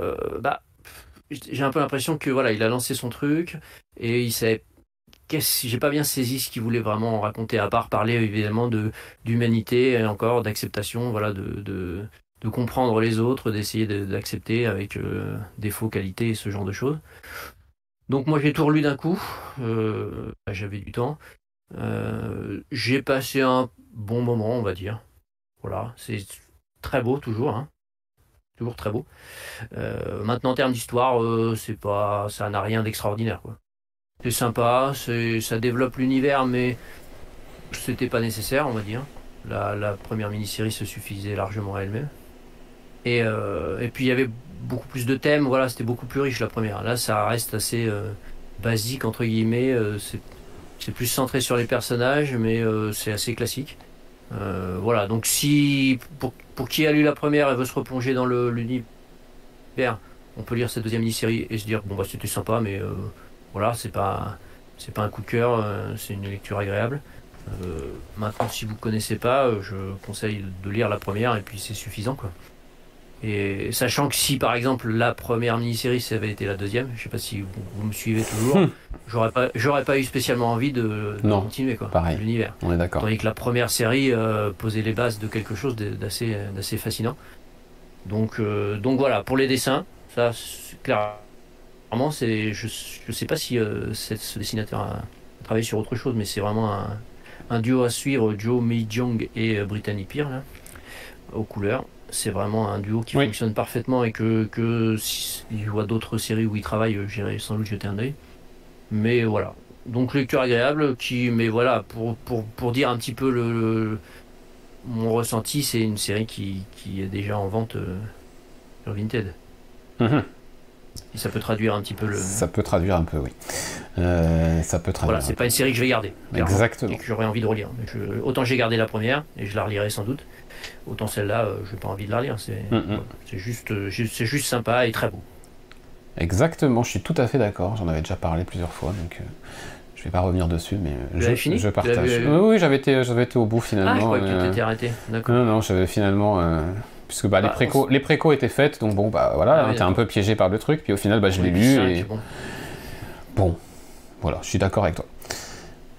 j'ai un peu l'impression que voilà, il a lancé son truc et il savait. J'ai pas bien saisi ce qu'il voulait vraiment raconter, à part parler évidemment d'humanité et encore d'acceptation, voilà, de comprendre les autres, d'essayer d'accepter avec défauts, qualités et ce genre de choses. Donc moi j'ai tout relu d'un coup, j'avais du temps, j'ai passé un bon moment, on va dire. Voilà, c'est très beau toujours, hein. Toujours très beau. Maintenant en termes d'histoire, ça n'a rien d'extraordinaire, quoi. C'est sympa, ça développe l'univers, mais c'était pas nécessaire, on va dire. La première mini-série se suffisait largement à elle-même. Et puis il y avait beaucoup plus de thèmes, voilà, c'était beaucoup plus riche la première. Là, ça reste assez basique, entre guillemets. C'est plus centré sur les personnages, mais c'est assez classique. Voilà, donc si pour qui a lu la première et veut se replonger dans l'univers, on peut lire cette deuxième mini-série et se dire bon c'était sympa, mais voilà, c'est pas un coup de cœur, c'est une lecture agréable. Maintenant, si vous connaissez pas, je conseille de lire la première et puis c'est suffisant, quoi. Et sachant que si par exemple la première mini-série ça avait été la deuxième, je sais pas si vous me suivez toujours, j'aurais pas eu spécialement envie de continuer, quoi, pareil. L'univers. On est d'accord. Tandis que la première série posait les bases de quelque chose d'assez fascinant. Donc voilà, pour les dessins, ça clairement je sais pas si ce dessinateur a travaillé sur autre chose, mais c'est vraiment un duo à suivre, Joe Mei-jong et Brittany Peer, là, aux couleurs. C'est vraiment un duo qui fonctionne parfaitement, et que si je vois d'autres séries où il travaille, j'irai sans doute jeter un œil. Mais voilà. Donc lecture agréable, mais voilà, pour dire un petit peu mon ressenti, c'est une série qui est déjà en vente sur Vinted. Et ça peut traduire un petit peu Ça peut traduire un peu, oui. Ça peut traduire. Voilà, c'est pas une série que je vais garder. Exactement. Et que j'aurais envie de relire. Autant j'ai gardé la première, et je la relirai sans doute. Autant celle-là, je n'ai pas envie de la lire. C'est juste sympa et très beau. Exactement, je suis tout à fait d'accord. J'en avais déjà parlé plusieurs fois, donc je ne vais pas revenir dessus, mais je partage. Oui, j'avais été au bout finalement. Ah, je croyais que tu t'étais arrêté. D'accord. Non, j'avais finalement. Puisque les précos étaient faites, donc bon, voilà, t'es un peu piégé par le truc, puis au final, je l'ai lu. Bon, voilà, je suis d'accord avec toi.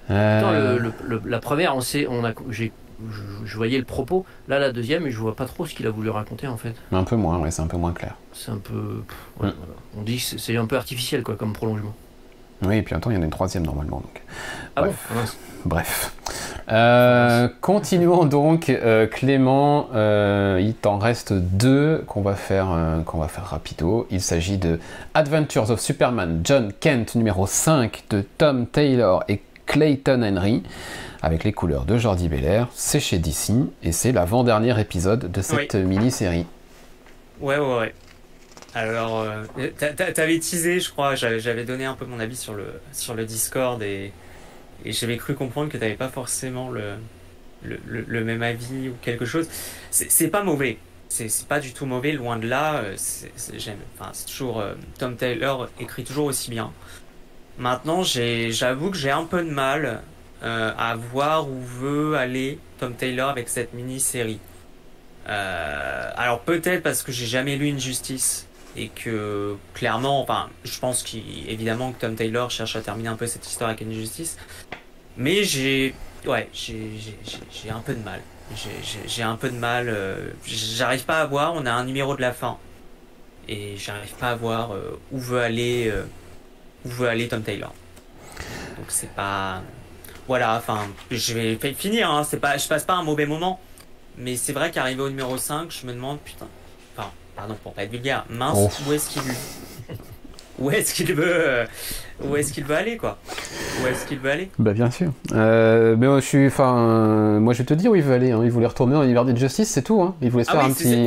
Attends, la première, je voyais le propos. Là, la deuxième, et je vois pas trop ce qu'il a voulu raconter en fait. Un peu moins, ouais, c'est un peu moins clair. C'est un peu... Voilà. On dit que c'est un peu artificiel quoi, comme prolongement. Oui, et puis en même temps, il y en a une troisième normalement. Donc. Ah Bref. bon? Bref. Continuons donc, Clément. Il t'en reste 2 qu'on va faire rapido. Il s'agit de Adventures of Superman John Kent numéro 5 de Tom Taylor et Clayton Henry, avec les couleurs de Jordi Belair. C'est chez DC et c'est l'avant-dernier épisode de cette mini-série. Ouais. Alors, t'avais teasé, je crois, j'avais donné un peu mon avis sur le Discord et j'avais cru comprendre que t'avais pas forcément le même avis ou quelque chose. C'est pas mauvais, c'est pas du tout mauvais, loin de là. J'aime, enfin, c'est toujours Tom Taylor écrit toujours aussi bien. Maintenant, j'avoue que j'ai un peu de mal à voir où veut aller Tom Taylor avec cette mini-série. Alors peut-être parce que j'ai jamais lu Injustice et que clairement, enfin, je pense qu'évidemment que Tom Taylor cherche à terminer un peu cette histoire avec Injustice, mais j'ai un peu de mal. J'ai un peu de mal. J'arrive pas à voir. On a un numéro de la fin et j'arrive pas à voir où veut aller Tom Taylor. Donc c'est pas. Voilà, enfin, je vais finir, hein, je passe pas un mauvais moment, mais c'est vrai qu'arrivé au numéro 5, je me demande, putain, enfin, pardon pour pas être vulgaire, mince, où est-ce qu'il veut aller, quoi? Où est-ce qu'il veut aller? Bah bien sûr. Mais moi je vais te dire où il veut aller. Hein. Il voulait retourner dans l'univers d'Injustice, c'est tout. Hein. Il voulait se faire un petit,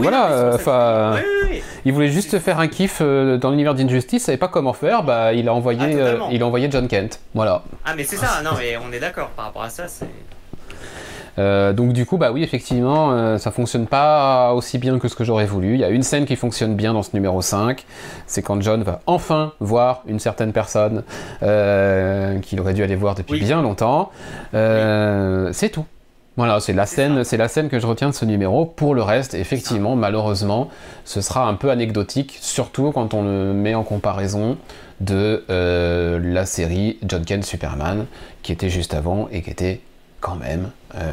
il voulait juste faire un kiff dans l'univers d'Injustice. Il savait pas comment faire. Bah il a envoyé John Kent. Voilà. Ah mais c'est ça. Non mais on est d'accord par rapport à ça. C'est. Donc du coup, bah oui, effectivement, ça fonctionne pas aussi bien que ce que j'aurais voulu. Il y a une scène qui fonctionne bien dans ce numéro 5, c'est quand John va enfin voir une certaine personne qu'il aurait dû aller voir depuis bien longtemps. C'est tout. Voilà, c'est la scène que je retiens de ce numéro. Pour le reste, effectivement, malheureusement, ce sera un peu anecdotique, surtout quand on le met en comparaison de la série John Kent Superman, qui était juste avant et qui était quand même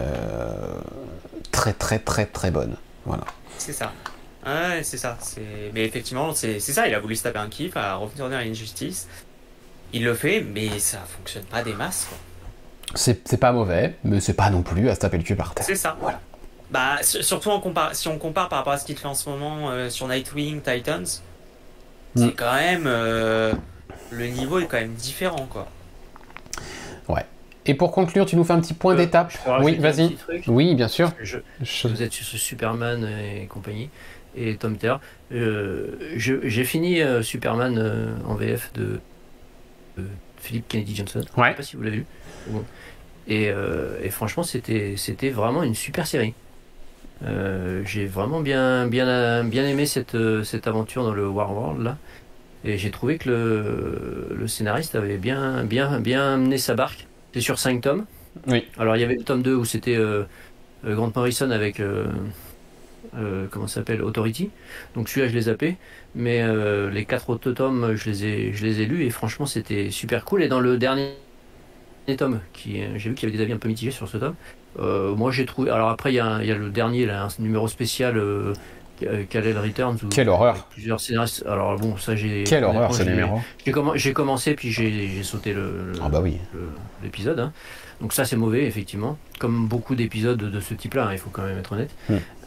très très très très bonne. Voilà. C'est ça. Ouais, c'est ça. Mais effectivement, c'est ça. Il a voulu se taper un kiff à retourner à Injustice. Il le fait, mais ça fonctionne pas des masses, quoi. C'est pas mauvais, mais c'est pas non plus à se taper le cul par terre. C'est ça. Voilà. Bah, surtout si on compare par rapport à ce qu'il fait en ce moment sur Nightwing, Titans, c'est quand même le niveau est quand même différent, quoi. Ouais. Et pour conclure, tu nous fais un petit point d'étape. Oui, vas-y. Oui, bien sûr. Vous êtes sur Superman et compagnie, et Tom Taylor. J'ai fini Superman en VF de Philip Kennedy Johnson. Ouais. Je sais pas si vous l'avez vu. Bon. Et franchement, c'était vraiment une super série. J'ai vraiment bien aimé cette aventure dans le War World là. Et j'ai trouvé que le scénariste avait bien mené sa barque. C'est sur 5 tomes. Oui. Alors il y avait le tome 2 où c'était Grant Morrison avec comment ça s'appelle, Authority. Donc celui-là je l'ai zappé, mais les 4 autres tomes je les ai lus et franchement c'était super cool. Et dans le dernier tome, j'ai vu qu'il y avait des avis un peu mitigés sur ce tome. Moi j'ai trouvé. Alors après il y a le dernier là, un numéro spécial. Kal-El Returns. Quelle horreur! Plusieurs scénaristes. Alors bon, ça j'ai. Quelle horreur ce numéro! J'ai commencé puis j'ai sauté l'épisode. Hein. Donc ça c'est mauvais effectivement, comme beaucoup d'épisodes de ce type-là. Hein, il faut quand même être honnête.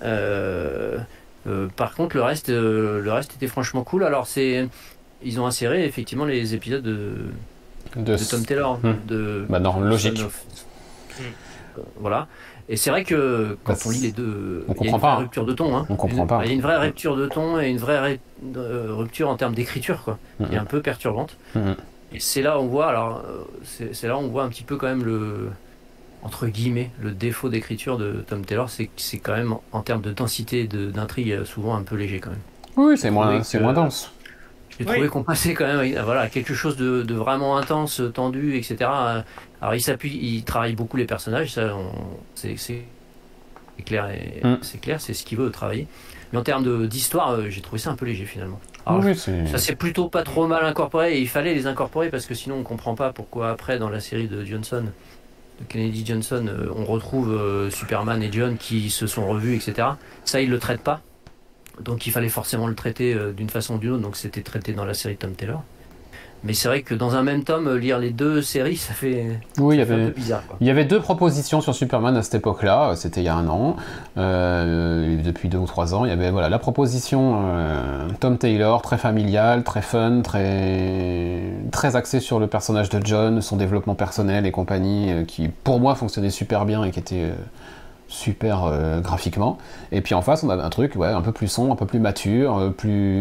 Par contre le reste était franchement cool. Alors ils ont inséré effectivement les épisodes de Tom Taylor. Non, logique. Voilà. Et c'est vrai que quand on lit les deux, il y a une vraie rupture de ton. Hein. On comprend pas. Il y a une vraie rupture de ton et une vraie rupture en termes d'écriture, quoi, qui est un peu perturbante. Et c'est là où on voit, c'est là où on voit un petit peu quand même entre guillemets, le défaut d'écriture de Tom Taylor, c'est que c'est quand même en termes de densité d'intrigue souvent un peu léger quand même. Oui, c'est moins dense. J'ai trouvé qu'on passait quand même à quelque chose de vraiment intense, tendu, etc. Alors il travaille beaucoup les personnages, ça c'est clair, c'est clair, c'est ce qu'il veut travailler. Mais en termes d'histoire, j'ai trouvé ça un peu léger finalement. Alors, ça c'est plutôt pas trop mal incorporé et il fallait les incorporer parce que sinon on comprend pas pourquoi après dans la série de Johnson Kennedy Johnson, on retrouve Superman et John qui se sont revus, etc. Ça, ils le traitent pas. Donc il fallait forcément le traiter d'une façon ou d'une autre. Donc c'était traité dans la série de Tom Taylor. Mais c'est vrai que dans un même tome, lire les deux séries, ça fait, oui, ça fait un peu bizarre. Il y avait 2 propositions sur Superman à cette époque-là, c'était il y a 1 an, depuis 2 ou 3 ans. Il y avait la proposition Tom Taylor, très familiale, très fun, très axée sur le personnage de John, son développement personnel et compagnie, qui pour moi fonctionnait super bien et qui était super graphiquement. Et puis en face, on avait un truc un peu plus sombre, un peu plus mature,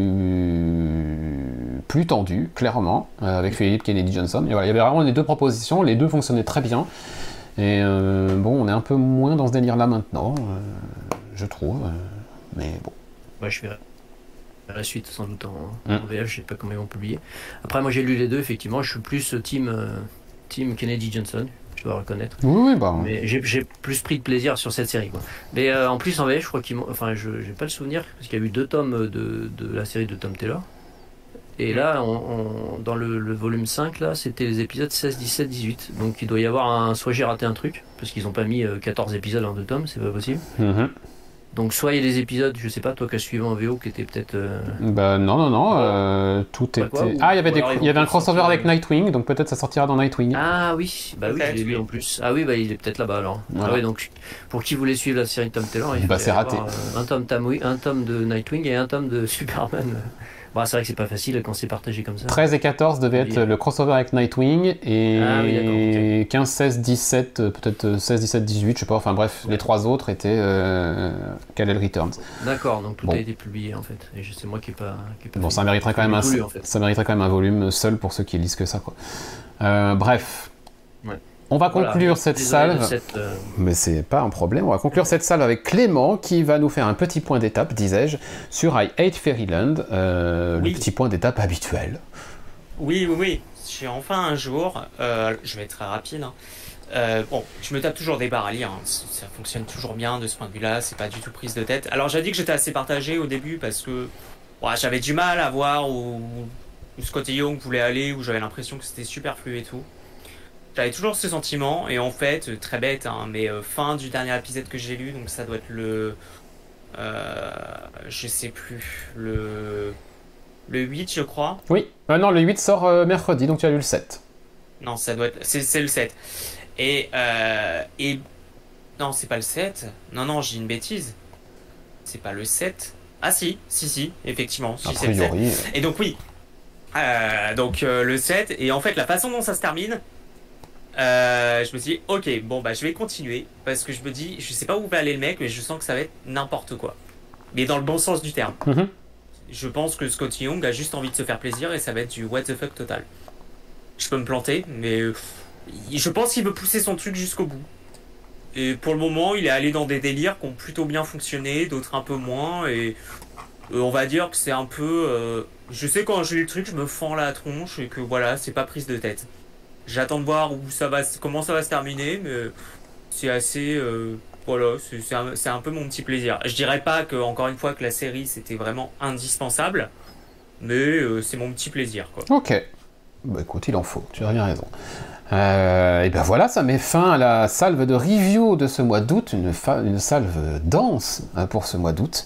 plus tendu, clairement, avec Philip Kennedy Johnson. Et voilà, il y avait vraiment les 2 propositions, les 2 fonctionnaient très bien. Et bon, on est un peu moins dans ce délire-là maintenant, je trouve. Mais bon. Ouais, je verrai la suite sans doute en VF, je sais pas comment ils vont publier. Après, moi j'ai lu les 2, effectivement, je suis plus team Kennedy Johnson. Je dois reconnaître. Oui, mais j'ai plus pris de plaisir sur cette série, quoi. Mais en plus en VF, je crois qu'ils m'ont... Enfin, j'ai pas le souvenir, parce qu'il y a eu 2 tomes de la série de Tom Taylor. Et là, dans le volume 5, là, c'était les épisodes 16, 17, 18. Donc il doit y avoir soit j'ai raté un truc, parce qu'ils ont pas mis 14 épisodes en 2 tomes, c'est pas possible. Donc soit il y a des épisodes, je sais pas, toi qui as suivi en VO, qui étaient peut-être... non, tout était... il y avait un crossover avec Nightwing, donc peut-être ça sortira dans Nightwing. Ah oui, oui, je l'ai lu en plus. Ah oui, il est peut-être là-bas alors. Voilà. Ah ouais, donc pour qui voulait suivre la série de Tom Taylor, il c'est raté. Un tome de Nightwing et un tome de Superman. C'est vrai que c'est pas facile quand c'est partagé comme ça. 13 et 14 devait être le crossover avec Nightwing, et 15, 16, 17, peut-être 16, 17, 18, je sais pas, enfin bref, les 3 autres étaient Kal-El Returns. D'accord, donc tout a été publié en fait, et c'est moi qui ai pas bon, ça mériterait quand même ça mériterait quand même un volume seul pour ceux qui lisent que ça, quoi. Bref. Ouais. On va conclure cette salve, mais c'est pas un problème, on va conclure cette salve avec Clément qui va nous faire un petit point d'étape, disais-je, sur I Hate Fairyland, le petit point d'étape habituel. Oui, j'ai enfin un jour, je vais être très rapide, je me tape toujours des barres à lire, ça fonctionne toujours bien de ce point de vue-là, c'est pas du tout prise de tête. Alors j'ai dit que j'étais assez partagé au début parce que j'avais du mal à voir où Scotty Young voulait aller, où j'avais l'impression que c'était superflu et tout. J'avais toujours ce sentiment, et en fait, très bête, mais fin du dernier épisode que j'ai lu, donc ça doit être le... je sais plus, le 8, je crois. Oui, non, le 8 sort mercredi, donc tu as lu le 7. Non, ça doit être... C'est le 7. Et... Non, c'est pas le 7. Non, j'ai une bêtise. C'est pas le 7. Ah si, effectivement. Si, c'est le 7. Et donc oui. Le 7, et en fait, la façon dont ça se termine... je me suis dit, ok, je vais continuer, parce que je me dis, je sais pas où va aller le mec, mais je sens que ça va être n'importe quoi. Mais dans le bon sens du terme. Je pense que Scotty Young a juste envie de se faire plaisir et ça va être du what the fuck total. Je peux me planter, mais je pense qu'il veut pousser son truc jusqu'au bout. Et pour le moment, il est allé dans des délires qui ont plutôt bien fonctionné, d'autres un peu moins, et on va dire que c'est un peu... quand je lis le truc, je me fends la tronche et que voilà, c'est pas prise de tête. J'attends de voir comment ça va se terminer, mais c'est assez... c'est un peu mon petit plaisir. Je dirais pas que, encore une fois, que la série c'était vraiment indispensable, mais c'est mon petit plaisir, quoi. Ok. Écoute, il en faut, tu as bien raison. Et ben voilà, ça met fin à la salve de review de ce mois d'août, une salve dense pour ce mois d'août.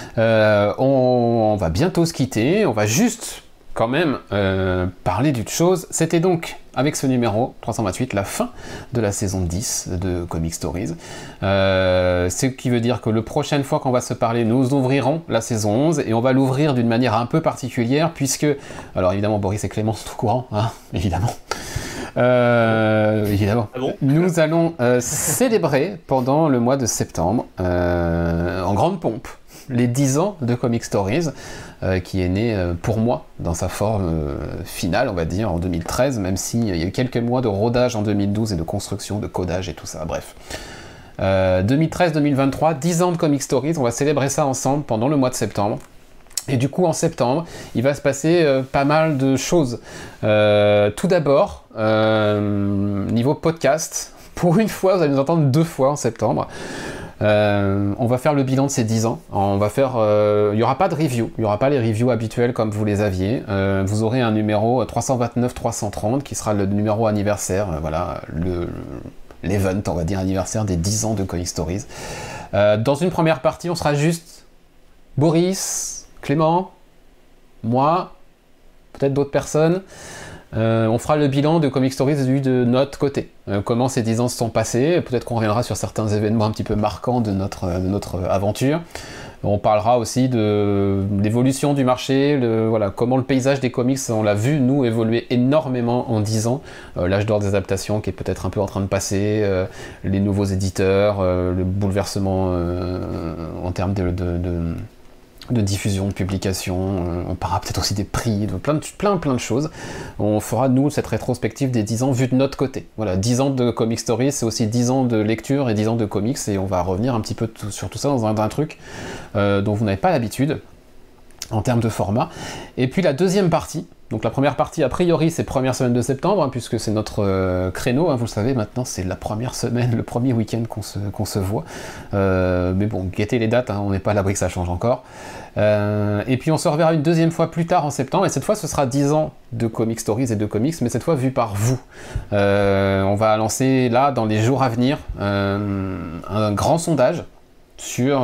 On va bientôt se quitter, on va juste quand même parler d'une chose. C'était donc, avec ce numéro 328, la fin de la saison 10 de Comic Stories. Ce qui veut dire que la prochaine fois qu'on va se parler, nous ouvrirons la saison 11, et on va l'ouvrir d'une manière un peu particulière, puisque, alors évidemment Boris et Clément sont au courant, évidemment. Évidemment. Ah bon ? Nous allons célébrer pendant le mois de septembre, en grande pompe, les 10 ans de Comic Stories, qui est né pour moi dans sa forme finale, on va dire, en 2013, même s'il y a eu quelques mois de rodage en 2012 et de construction, de codage et tout ça, bref. 2013-2023, 10 ans de Comic Stories, on va célébrer ça ensemble pendant le mois de septembre. Et du coup, en septembre, il va se passer pas mal de choses. Tout d'abord, niveau podcast, pour une fois, vous allez nous entendre 2 fois en septembre. On va faire le bilan de ces 10 ans. On va faire, il n'y aura pas de review, il n'y aura pas les reviews habituelles comme vous les aviez. Vous aurez un numéro 329-330 qui sera le numéro anniversaire, voilà, l'event, on va dire, anniversaire des 10 ans de Comic Stories. Dans une première partie, on sera juste Boris, Clément, moi, peut-être d'autres personnes. On fera le bilan de Comic Stories vu de notre côté. Comment ces 10 ans se sont passés, peut-être qu'on reviendra sur certains événements un petit peu marquants de notre aventure. On parlera aussi de l'évolution du marché, voilà, comment le paysage des comics, on l'a vu, nous, évoluer énormément en 10 ans. L'âge d'or des adaptations qui est peut-être un peu en train de passer, les nouveaux éditeurs, le bouleversement en termes de diffusion, de publication, on parlera peut-être aussi des prix, de plein de choses. On fera, nous, cette rétrospective des 10 ans vue de notre côté. Voilà, 10 ans de Comic Stories, c'est aussi 10 ans de lecture et 10 ans de comics, et on va revenir un petit peu sur tout ça dans un truc dont vous n'avez pas l'habitude, en termes de format. Et puis la deuxième partie, donc la première partie, a priori, c'est première semaine de septembre, hein, puisque c'est notre créneau, hein, vous le savez, maintenant c'est la première semaine, le premier week-end qu'on se voit. Mais bon, guettez les dates, hein, on n'est pas à l'abri que ça change encore. Et puis on se reverra une deuxième fois plus tard en septembre, et cette fois ce sera 10 ans de Comic Stories et de comics, mais cette fois vu par vous. On va lancer là, dans les jours à venir, un grand sondage sur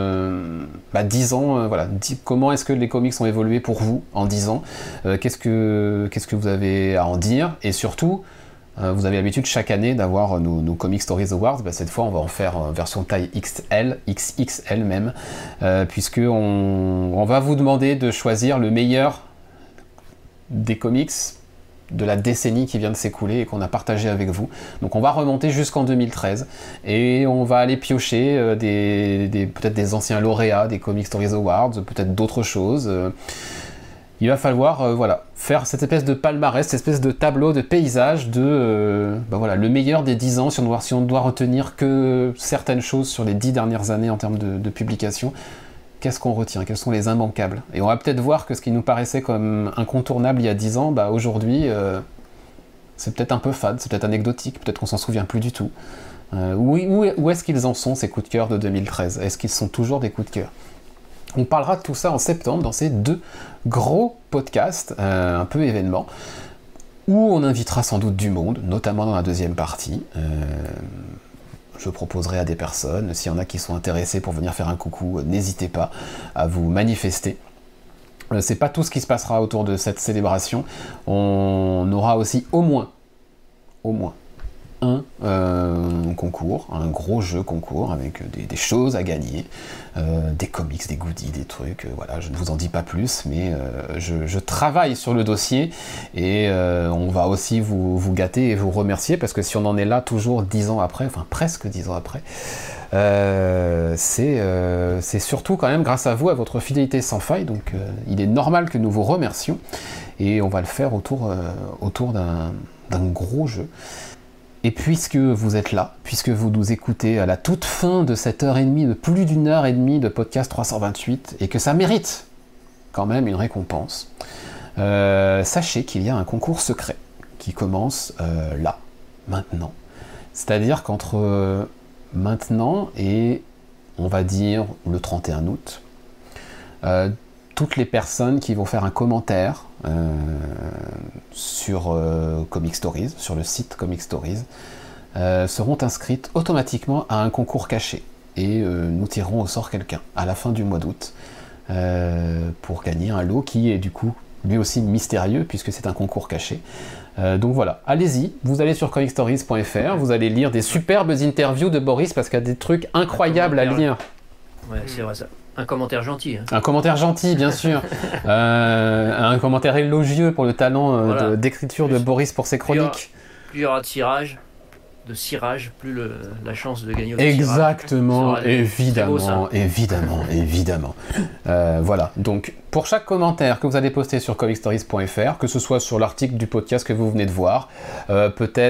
10 ans, voilà, comment est-ce que les comics ont évolué pour vous en 10 ans, qu'est-ce que vous avez à en dire, et surtout, vous avez l'habitude chaque année d'avoir nos Comic Stories Awards, cette fois on va en faire version taille XL, XXL même, puisqu'on va vous demander de choisir le meilleur des comics de la décennie qui vient de s'écouler et qu'on a partagé avec vous. Donc on va remonter jusqu'en 2013 et on va aller piocher peut-être des anciens lauréats des Comic Stories Awards, peut-être d'autres choses. Il va falloir voilà, faire cette espèce de palmarès, cette espèce de tableau de paysage de voilà, le meilleur des 10 ans, si on doit retenir que certaines choses sur les 10 dernières années en termes de publication. Qu'est-ce qu'on retient? Quels sont les immanquables? Et on va peut-être voir que ce qui nous paraissait comme incontournable il y a 10 ans, aujourd'hui, c'est peut-être un peu fade, c'est peut-être anecdotique, peut-être qu'on s'en souvient plus du tout. Où est-ce qu'ils en sont, ces coups de cœur de 2013? Est-ce qu'ils sont toujours des coups de cœur? On parlera de tout ça en septembre dans ces 2 gros podcasts, un peu événements, où on invitera sans doute du monde, notamment dans la deuxième partie. Je proposerai à des personnes, s'il y en a qui sont intéressés pour venir faire un coucou, n'hésitez pas à vous manifester. C'est pas tout ce qui se passera autour de cette célébration. On aura aussi au moins un concours, un gros jeu concours avec des choses à gagner, des comics, des goodies, des trucs, voilà, je ne vous en dis pas plus, mais je travaille sur le dossier et on va aussi vous gâter et vous remercier, parce que si on en est là toujours 10 ans après, enfin presque 10 ans après, c'est surtout quand même grâce à vous, à votre fidélité sans faille, donc il est normal que nous vous remercions, et on va le faire autour d'un gros jeu. Et puisque vous êtes là, puisque vous nous écoutez à la toute fin de cette heure et demie, de plus d'une heure et demie de podcast 328, et que ça mérite quand même une récompense, sachez qu'il y a un concours secret qui commence là, maintenant. C'est-à-dire qu'entre maintenant et, on va dire, le 31 août, toutes les personnes qui vont faire un commentaire sur Comic Stories, sur le site Comic Stories, seront inscrites automatiquement à un concours caché. Et nous tirerons au sort quelqu'un à la fin du mois d'août pour gagner un lot qui est du coup lui aussi mystérieux puisque c'est un concours caché. Donc voilà, allez-y, vous allez sur comicstories.fr, vous allez lire des superbes interviews de Boris parce qu'il y a des trucs incroyables à lire. Ouais, c'est vrai ça. Un commentaire gentil. Hein. Un commentaire gentil, bien sûr. Un commentaire élogieux pour le talent voilà. d'écriture de Boris pour ses chroniques. Plus il y aura de cirage, plus la chance de gagner au Exactement, cirage. Évidemment. Voilà, donc pour chaque commentaire que vous allez poster sur comicstories.fr, que ce soit sur l'article du podcast que vous venez de voir,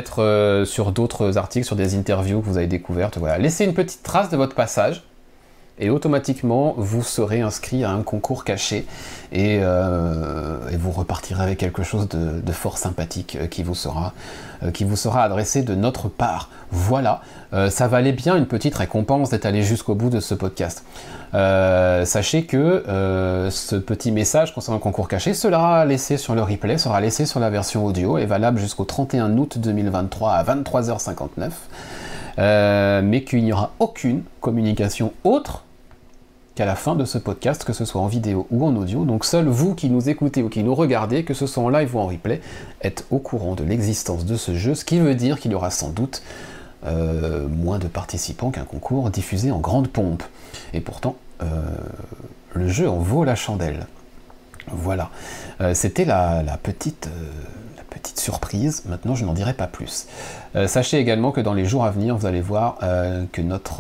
peut-être sur d'autres articles, sur des interviews que vous avez découvertes, voilà, laissez une petite trace de votre passage. et automatiquement vous serez inscrit à un concours caché et vous repartirez avec quelque chose de fort sympathique qui vous sera adressé de notre part. Voilà, ça valait bien une petite récompense d'être allé jusqu'au bout de ce podcast. Sachez que ce petit message concernant le concours caché sera laissé sur le replay, sera laissé sur la version audio, est valable jusqu'au 31 août 2023 à 23h59. Mais qu'il n'y aura aucune communication autre qu'à la fin de ce podcast, que ce soit en vidéo ou en audio. Donc seul vous qui nous écoutez ou qui nous regardez, que ce soit en live ou en replay, êtes au courant de l'existence de ce jeu, ce qui veut dire qu'il y aura sans doute moins de participants qu'un concours diffusé en grande pompe. Et pourtant, le jeu en vaut la chandelle. Voilà. C'était la petite surprise. Maintenant, je n'en dirai pas plus. Sachez également que dans les jours à venir, vous allez voir que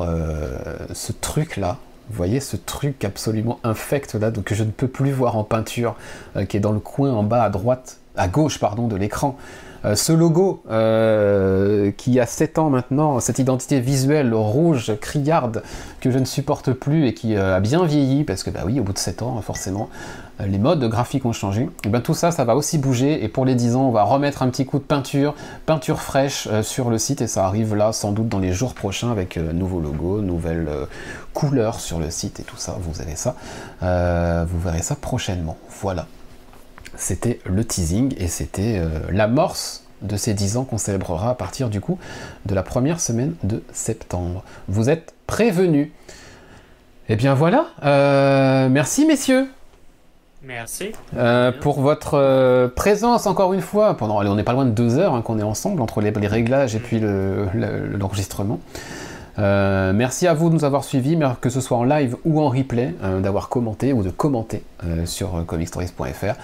ce truc-là, vous voyez ce truc absolument infect là, donc que je ne peux plus voir en peinture, qui est dans le coin en bas à gauche de l'écran. Ce logo qui a 7 ans maintenant, cette identité visuelle rouge criarde que je ne supporte plus et qui a bien vieilli, parce que bah oui, au bout de 7 ans, forcément, les modes graphiques ont changé. Et ben tout ça, ça va aussi bouger, et pour les 10 ans, on va remettre un petit coup de peinture fraîche sur le site, et ça arrive là, sans doute dans les jours prochains, avec nouveau logo, nouvelles couleurs sur le site, et tout ça, vous verrez ça prochainement. Voilà. C'était le teasing et c'était l'amorce de ces 10 ans qu'on célébrera à partir du coup de la première semaine de septembre. Vous êtes prévenus. Et bien voilà, merci messieurs. Merci. Pour votre présence encore une fois. On n'est pas loin de 2 heures qu'on est ensemble entre les réglages et puis l'enregistrement. Merci à vous de nous avoir suivis, que ce soit en live ou en replay, d'avoir commenté ou de commenter sur comicstories.fr.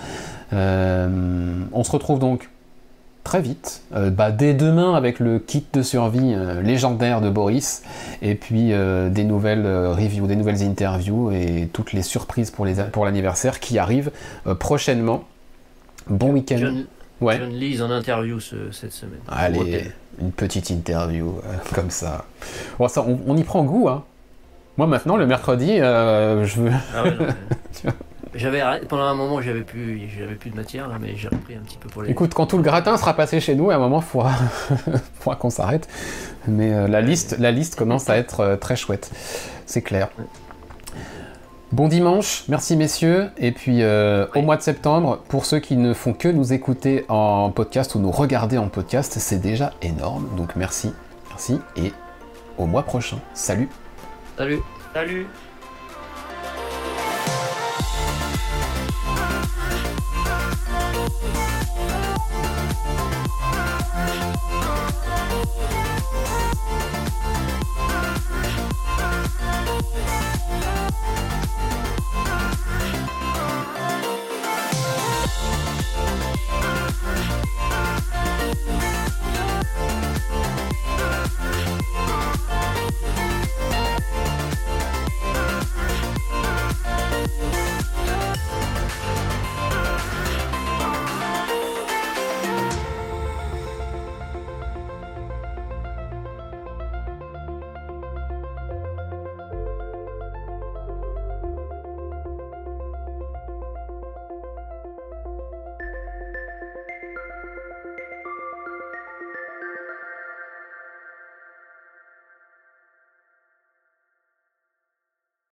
On se retrouve donc très vite, dès demain avec le kit de survie légendaire de Boris, et puis des nouvelles reviews, des nouvelles interviews et toutes les surprises pour l'anniversaire qui arrivent prochainement. Bon week-end. John Lees en interview cette semaine. Allez, une petite interview comme ça. Bon, ça on y prend goût, hein. Moi maintenant, le mercredi, je veux... Ah ouais, non, j'avais arrêté, pendant un moment, j'avais plus de matière, là, mais j'ai repris un petit peu pour les... Écoute, quand tout le gratin sera passé chez nous, à un moment, il faudra qu'on s'arrête. Mais la liste commence à être très chouette. C'est clair. Ouais. Bon dimanche, merci messieurs, et puis au mois de septembre, pour ceux qui ne font que nous écouter en podcast ou nous regarder en podcast, c'est déjà énorme, donc merci, et au mois prochain. Salut. Salut. Salut.